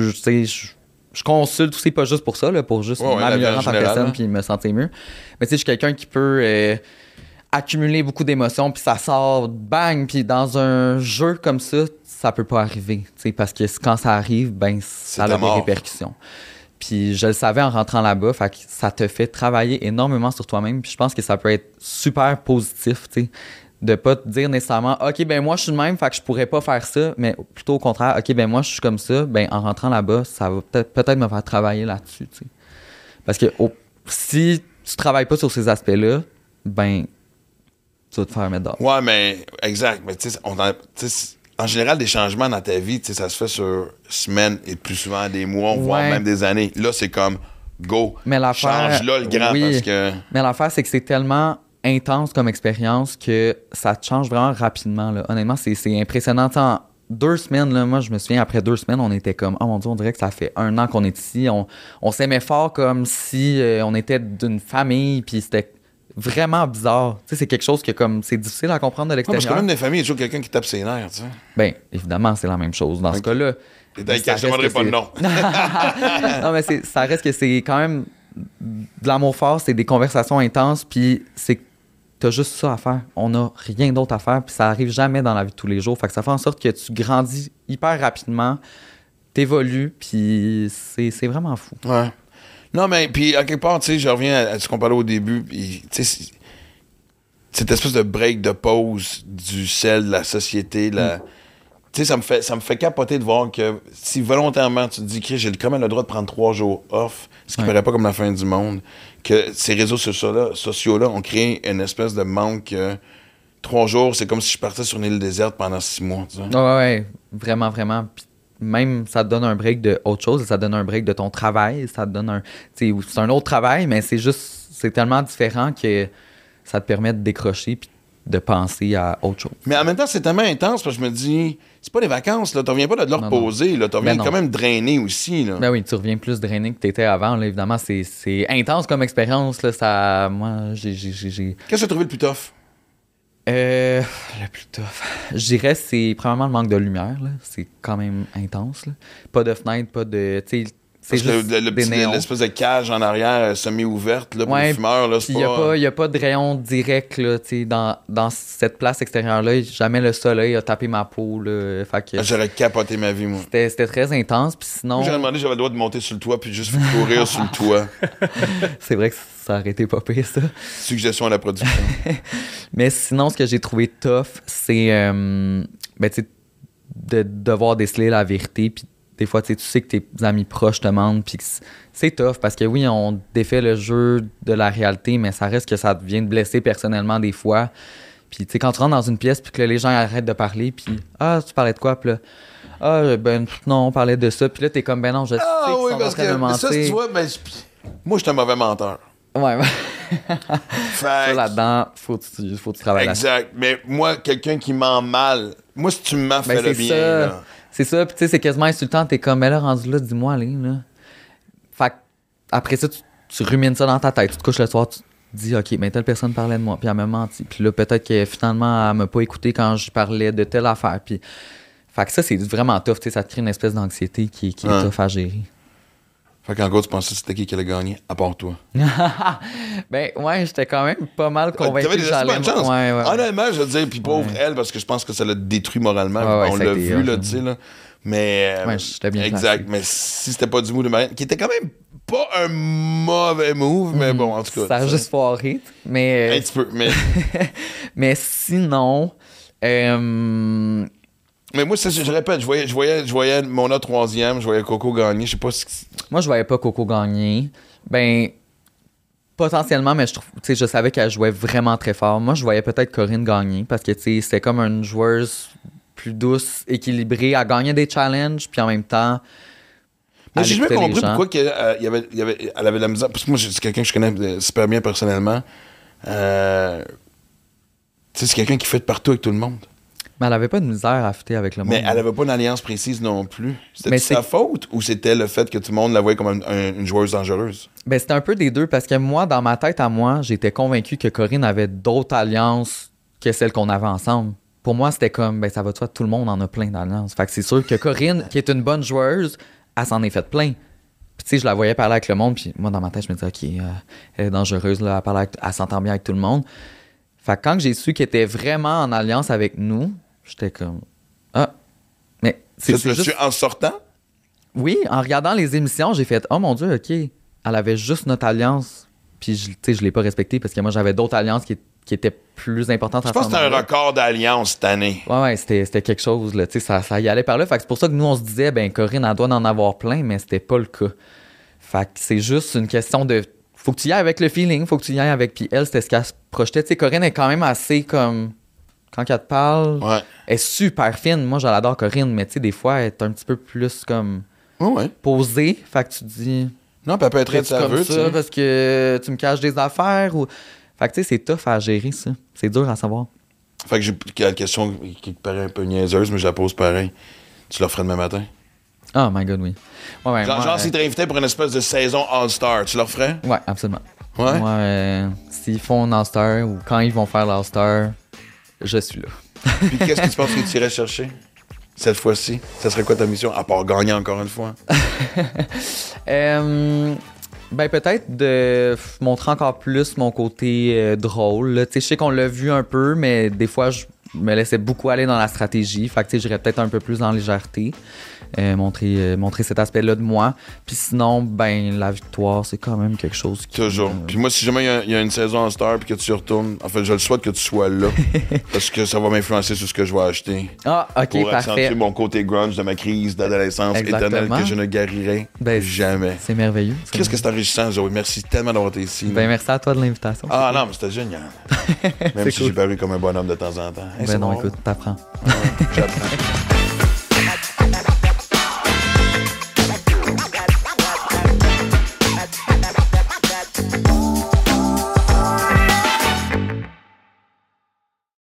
je consulte aussi, pas juste pour ça, là, pour juste m'améliorer en tant que personne puis me sentir mieux. Mais tu sais, je suis quelqu'un qui peut accumuler beaucoup d'émotions puis ça sort bang. Puis dans un jeu comme ça peut pas arriver. Parce que quand ça arrive, ben ça a des répercussions. Puis je le savais en rentrant là-bas, fait que ça te fait travailler énormément sur toi-même. Puis je pense que ça peut être super positif, tu sais, de pas te dire nécessairement « OK, ben moi, je suis le même, fait que je pourrais pas faire ça. » Mais plutôt au contraire, « OK, ben moi, je suis comme ça. » Ben en rentrant là-bas, ça va peut-être me faire travailler là-dessus, tu sais. Parce que si tu travailles pas sur ces aspects-là, ben tu vas te faire mettre dehors. Ouais, mais exact. Mais tu sais, en général, des changements dans ta vie, ça se fait sur semaines et plus souvent des mois, voire même des années. Là, c'est comme go. Mais change là le grand parce que. Mais l'affaire, c'est que c'est tellement intense comme expérience que ça te change vraiment rapidement. Là. Honnêtement, c'est impressionnant. T'sais, en 2 semaines, là, moi, je me souviens, après 2 semaines, on était comme, oh mon Dieu, on dirait que ça fait 1 an qu'on est ici. On s'aimait fort comme si on était d'une famille, puis c'était vraiment bizarre. Tu sais, c'est quelque chose que comme c'est difficile à comprendre de l'extérieur. Parce que même dans les familles, il y a toujours quelqu'un qui tape ses nerfs, tu sais. Ben, évidemment, c'est la même chose. Dans ce cas-là. Je ne demanderai pas le nom. Non, mais ça reste que c'est quand même de l'amour fort, c'est des conversations intenses, puis c'est que t'as juste ça à faire. On n'a rien d'autre à faire, puis ça arrive jamais dans la vie de tous les jours. Fait que ça fait en sorte que tu grandis hyper rapidement, t'évolues, puis c'est vraiment fou. Ouais. Non, mais puis à quelque part, tu sais, je reviens à ce qu'on parlait au début, puis tu sais, cette espèce de break, de pause du sel de la société, tu sais, ça me fait capoter de voir que si volontairement tu te dis que j'ai quand même le droit de prendre 3 jours off, ce qui ne paraît pas comme la fin du monde, que ces réseaux sociaux-là ont créé une espèce de manque. 3 jours, c'est comme si je partais sur une île déserte pendant 6 mois, tu sais. Ouais, vraiment, vraiment. Puis même, ça te donne un break de autre chose, ça te donne un break de ton travail, ça te donne c'est un autre travail, mais c'est tellement différent que ça te permet de décrocher puis de penser à autre chose. Mais en même temps, c'est tellement intense parce que je me dis, c'est pas des vacances, là, tu reviens pas de leur reposer, là, tu reviens quand même drainer aussi, là. Ben oui, tu reviens plus drainé que tu étais avant, là, évidemment, c'est intense comme expérience, là, ça, moi, j'ai... Qu'est-ce que tu as trouvé le plus tough? Le plus tough. Je dirais c'est probablement le manque de lumière. Là. C'est quand même intense. Là. Pas de fenêtre, pas de. C'est juste l'espèce de cage en arrière semi-ouverte là, pour les fumeurs. Là, il n'y a pas de rayon direct là, dans cette place extérieure-là. Jamais le soleil a tapé ma peau. Là, fait que, j'aurais capoté ma vie, moi. C'était très intense. Puis sinon... J'aurais demandé, j'avais le droit de monter sur le toit puis juste courir sur le toit. C'est vrai que ça aurait été pas pire, ça. Suggestion à la production. Mais sinon, ce que j'ai trouvé tough, c'est de devoir déceler la vérité. Puis des fois, tu sais que tes amis proches te mentent, puis c'est tough, parce que oui, on défait le jeu de la réalité, mais ça reste que ça vient te blesser personnellement des fois. Puis tu sais, quand tu rentres dans une pièce, puis que les gens arrêtent de parler, puis « Ah, tu parlais de quoi? » Puis là, « Ben non, on parlait de ça. » Puis là, t'es comme « Ben non, je sais qu'ils sont en train de mentir. » Ça, tu vois, ben, moi, je suis un mauvais menteur. Ouais. Ça, là-dedans, faut que tu travailles là-dessus. Exact. Mais moi, quelqu'un qui ment mal, moi, si tu me mens, fais le bien. Là. C'est ça, puis tu sais, c'est quasiment insultant. T'es comme, mais là, rendu là, dis-moi, allez, là. Fait après ça, tu rumines ça dans ta tête. Tu te couches le soir, tu te dis, OK, mais telle personne parlait de moi, puis elle m'a menti. Puis là, peut-être que finalement, elle m'a pas écouté quand je parlais de telle affaire. Puis, fait que ça, c'est vraiment tough, tu sais, ça te crée une espèce d'anxiété qui est tough à gérer. Fait qu'en gros, tu pensais que c'était qui allait gagner, à part toi? Ben, ouais, j'étais quand même pas mal convaincu que j'allais... Bonne chance. Ouais. Honnêtement, je veux dire, puis pauvre elle, parce que je pense que ça l'a détruit moralement. On l'a vu, là, tu sais, là. Mais. Ouais, j'étais bien exact. placé. Mais si c'était pas du move de Marianne, qui était quand même pas un mauvais move, mais bon, en tout cas. Ça a juste foiré. Mais. Un petit peu, mais. Mais sinon. Mais moi, je répète, je voyais Mona 3e, je voyais Coco gagner. Je sais pas si. Moi, je voyais pas Coco gagner. Ben, potentiellement, mais je savais qu'elle jouait vraiment très fort. Moi, je voyais peut-être Corinne gagner parce que c'était comme une joueuse plus douce, équilibrée, à gagner des challenges, puis en même temps. Mais j'ai jamais compris pourquoi elle avait de la misère. Parce que moi, c'est quelqu'un que je connais super bien personnellement. C'est quelqu'un qui fait de partout avec tout le monde. Mais elle avait pas de misère à fitter avec le monde. Mais elle avait pas une alliance précise non plus. C'était sa faute ou c'était le fait que tout le monde la voyait comme une joueuse dangereuse? Ben, c'était un peu des deux parce que moi, dans ma tête à moi, j'étais convaincu que Corinne avait d'autres alliances que celles qu'on avait ensemble. Pour moi, c'était comme, ben, ça va de soi, tout le monde en a plein d'alliances. Fait que c'est sûr que Corinne, qui est une bonne joueuse, elle s'en est faite plein. Puis tu sais, je la voyais parler avec le monde, puis moi, dans ma tête, je me disais, OK, elle est dangereuse, là, elle s'entend bien avec tout le monde. Fait que quand j'ai su qu'elle était vraiment en alliance avec nous, j'étais comme, mais c'est juste... en sortant? Oui, en regardant les émissions, j'ai fait, oh mon Dieu, OK, elle avait juste notre alliance, puis je l'ai pas respectée parce que moi, j'avais d'autres alliances qui étaient plus importantes. Je pense que c'était un record d'alliance cette année. Ouais, c'était quelque chose, là, tu sais, ça y allait par là. Fait que c'est pour ça que nous, on se disait, ben Corinne, elle doit en avoir plein, mais c'était pas le cas. Fait que c'est juste une question de, faut que tu y ailles avec le feeling, faut que tu y ailles avec, puis elle, c'était ce qu'elle se projetait. Tu sais, Corinne est quand même assez comme... Quand elle te parle, elle est super fine. Moi, j'adore Corinne, mais tu sais, des fois, elle est un petit peu plus comme posée. Fait que tu te dis... Non, puis elle peut être très comme ça parce que tu me caches des affaires. Ou... Fait que tu sais, c'est tough à gérer, ça. C'est dur à savoir. Fait que j'ai une question qui paraît un peu niaiseuse, mais je la pose pareil. Tu la ferais demain matin? Oh my God, oui. Ouais, genre si t'es invité pour une espèce de saison All-Star, tu leur ferais? Ouais, absolument. Ouais? Moi, s'ils font un All-Star ou quand ils vont faire l'All-Star... Je suis là. Puis qu'est-ce que tu penses que tu irais chercher cette fois-ci? Ça serait quoi ta mission, à part gagner encore une fois? Ben peut-être de montrer encore plus mon côté drôle. Tu sais, je sais qu'on l'a vu un peu, mais des fois, je me laissais beaucoup aller dans la stratégie. Fait que tu sais, j'irais peut-être un peu plus dans la légèreté. Montrer cet aspect-là de moi. Puis sinon, ben la victoire, c'est quand même quelque chose qui... Toujours. Puis moi, si jamais il y a une saison en Star puis que tu y retournes, en fait, je le souhaite que tu sois là. parce que ça va m'influencer sur ce que je vais acheter. Ah, OK, pour parfait. accentuer mon côté grunge de ma crise d'adolescence éternelle que je ne guérirai jamais. C'est merveilleux. Qu'est-ce que c'est enrichissant, Zoé? Merci tellement d'avoir été ici. Ben merci à toi de l'invitation. Ah non, mais c'était génial. Même si j'ai paru comme un bonhomme de temps en temps. Ben non, écoute, t'apprends. J'apprends.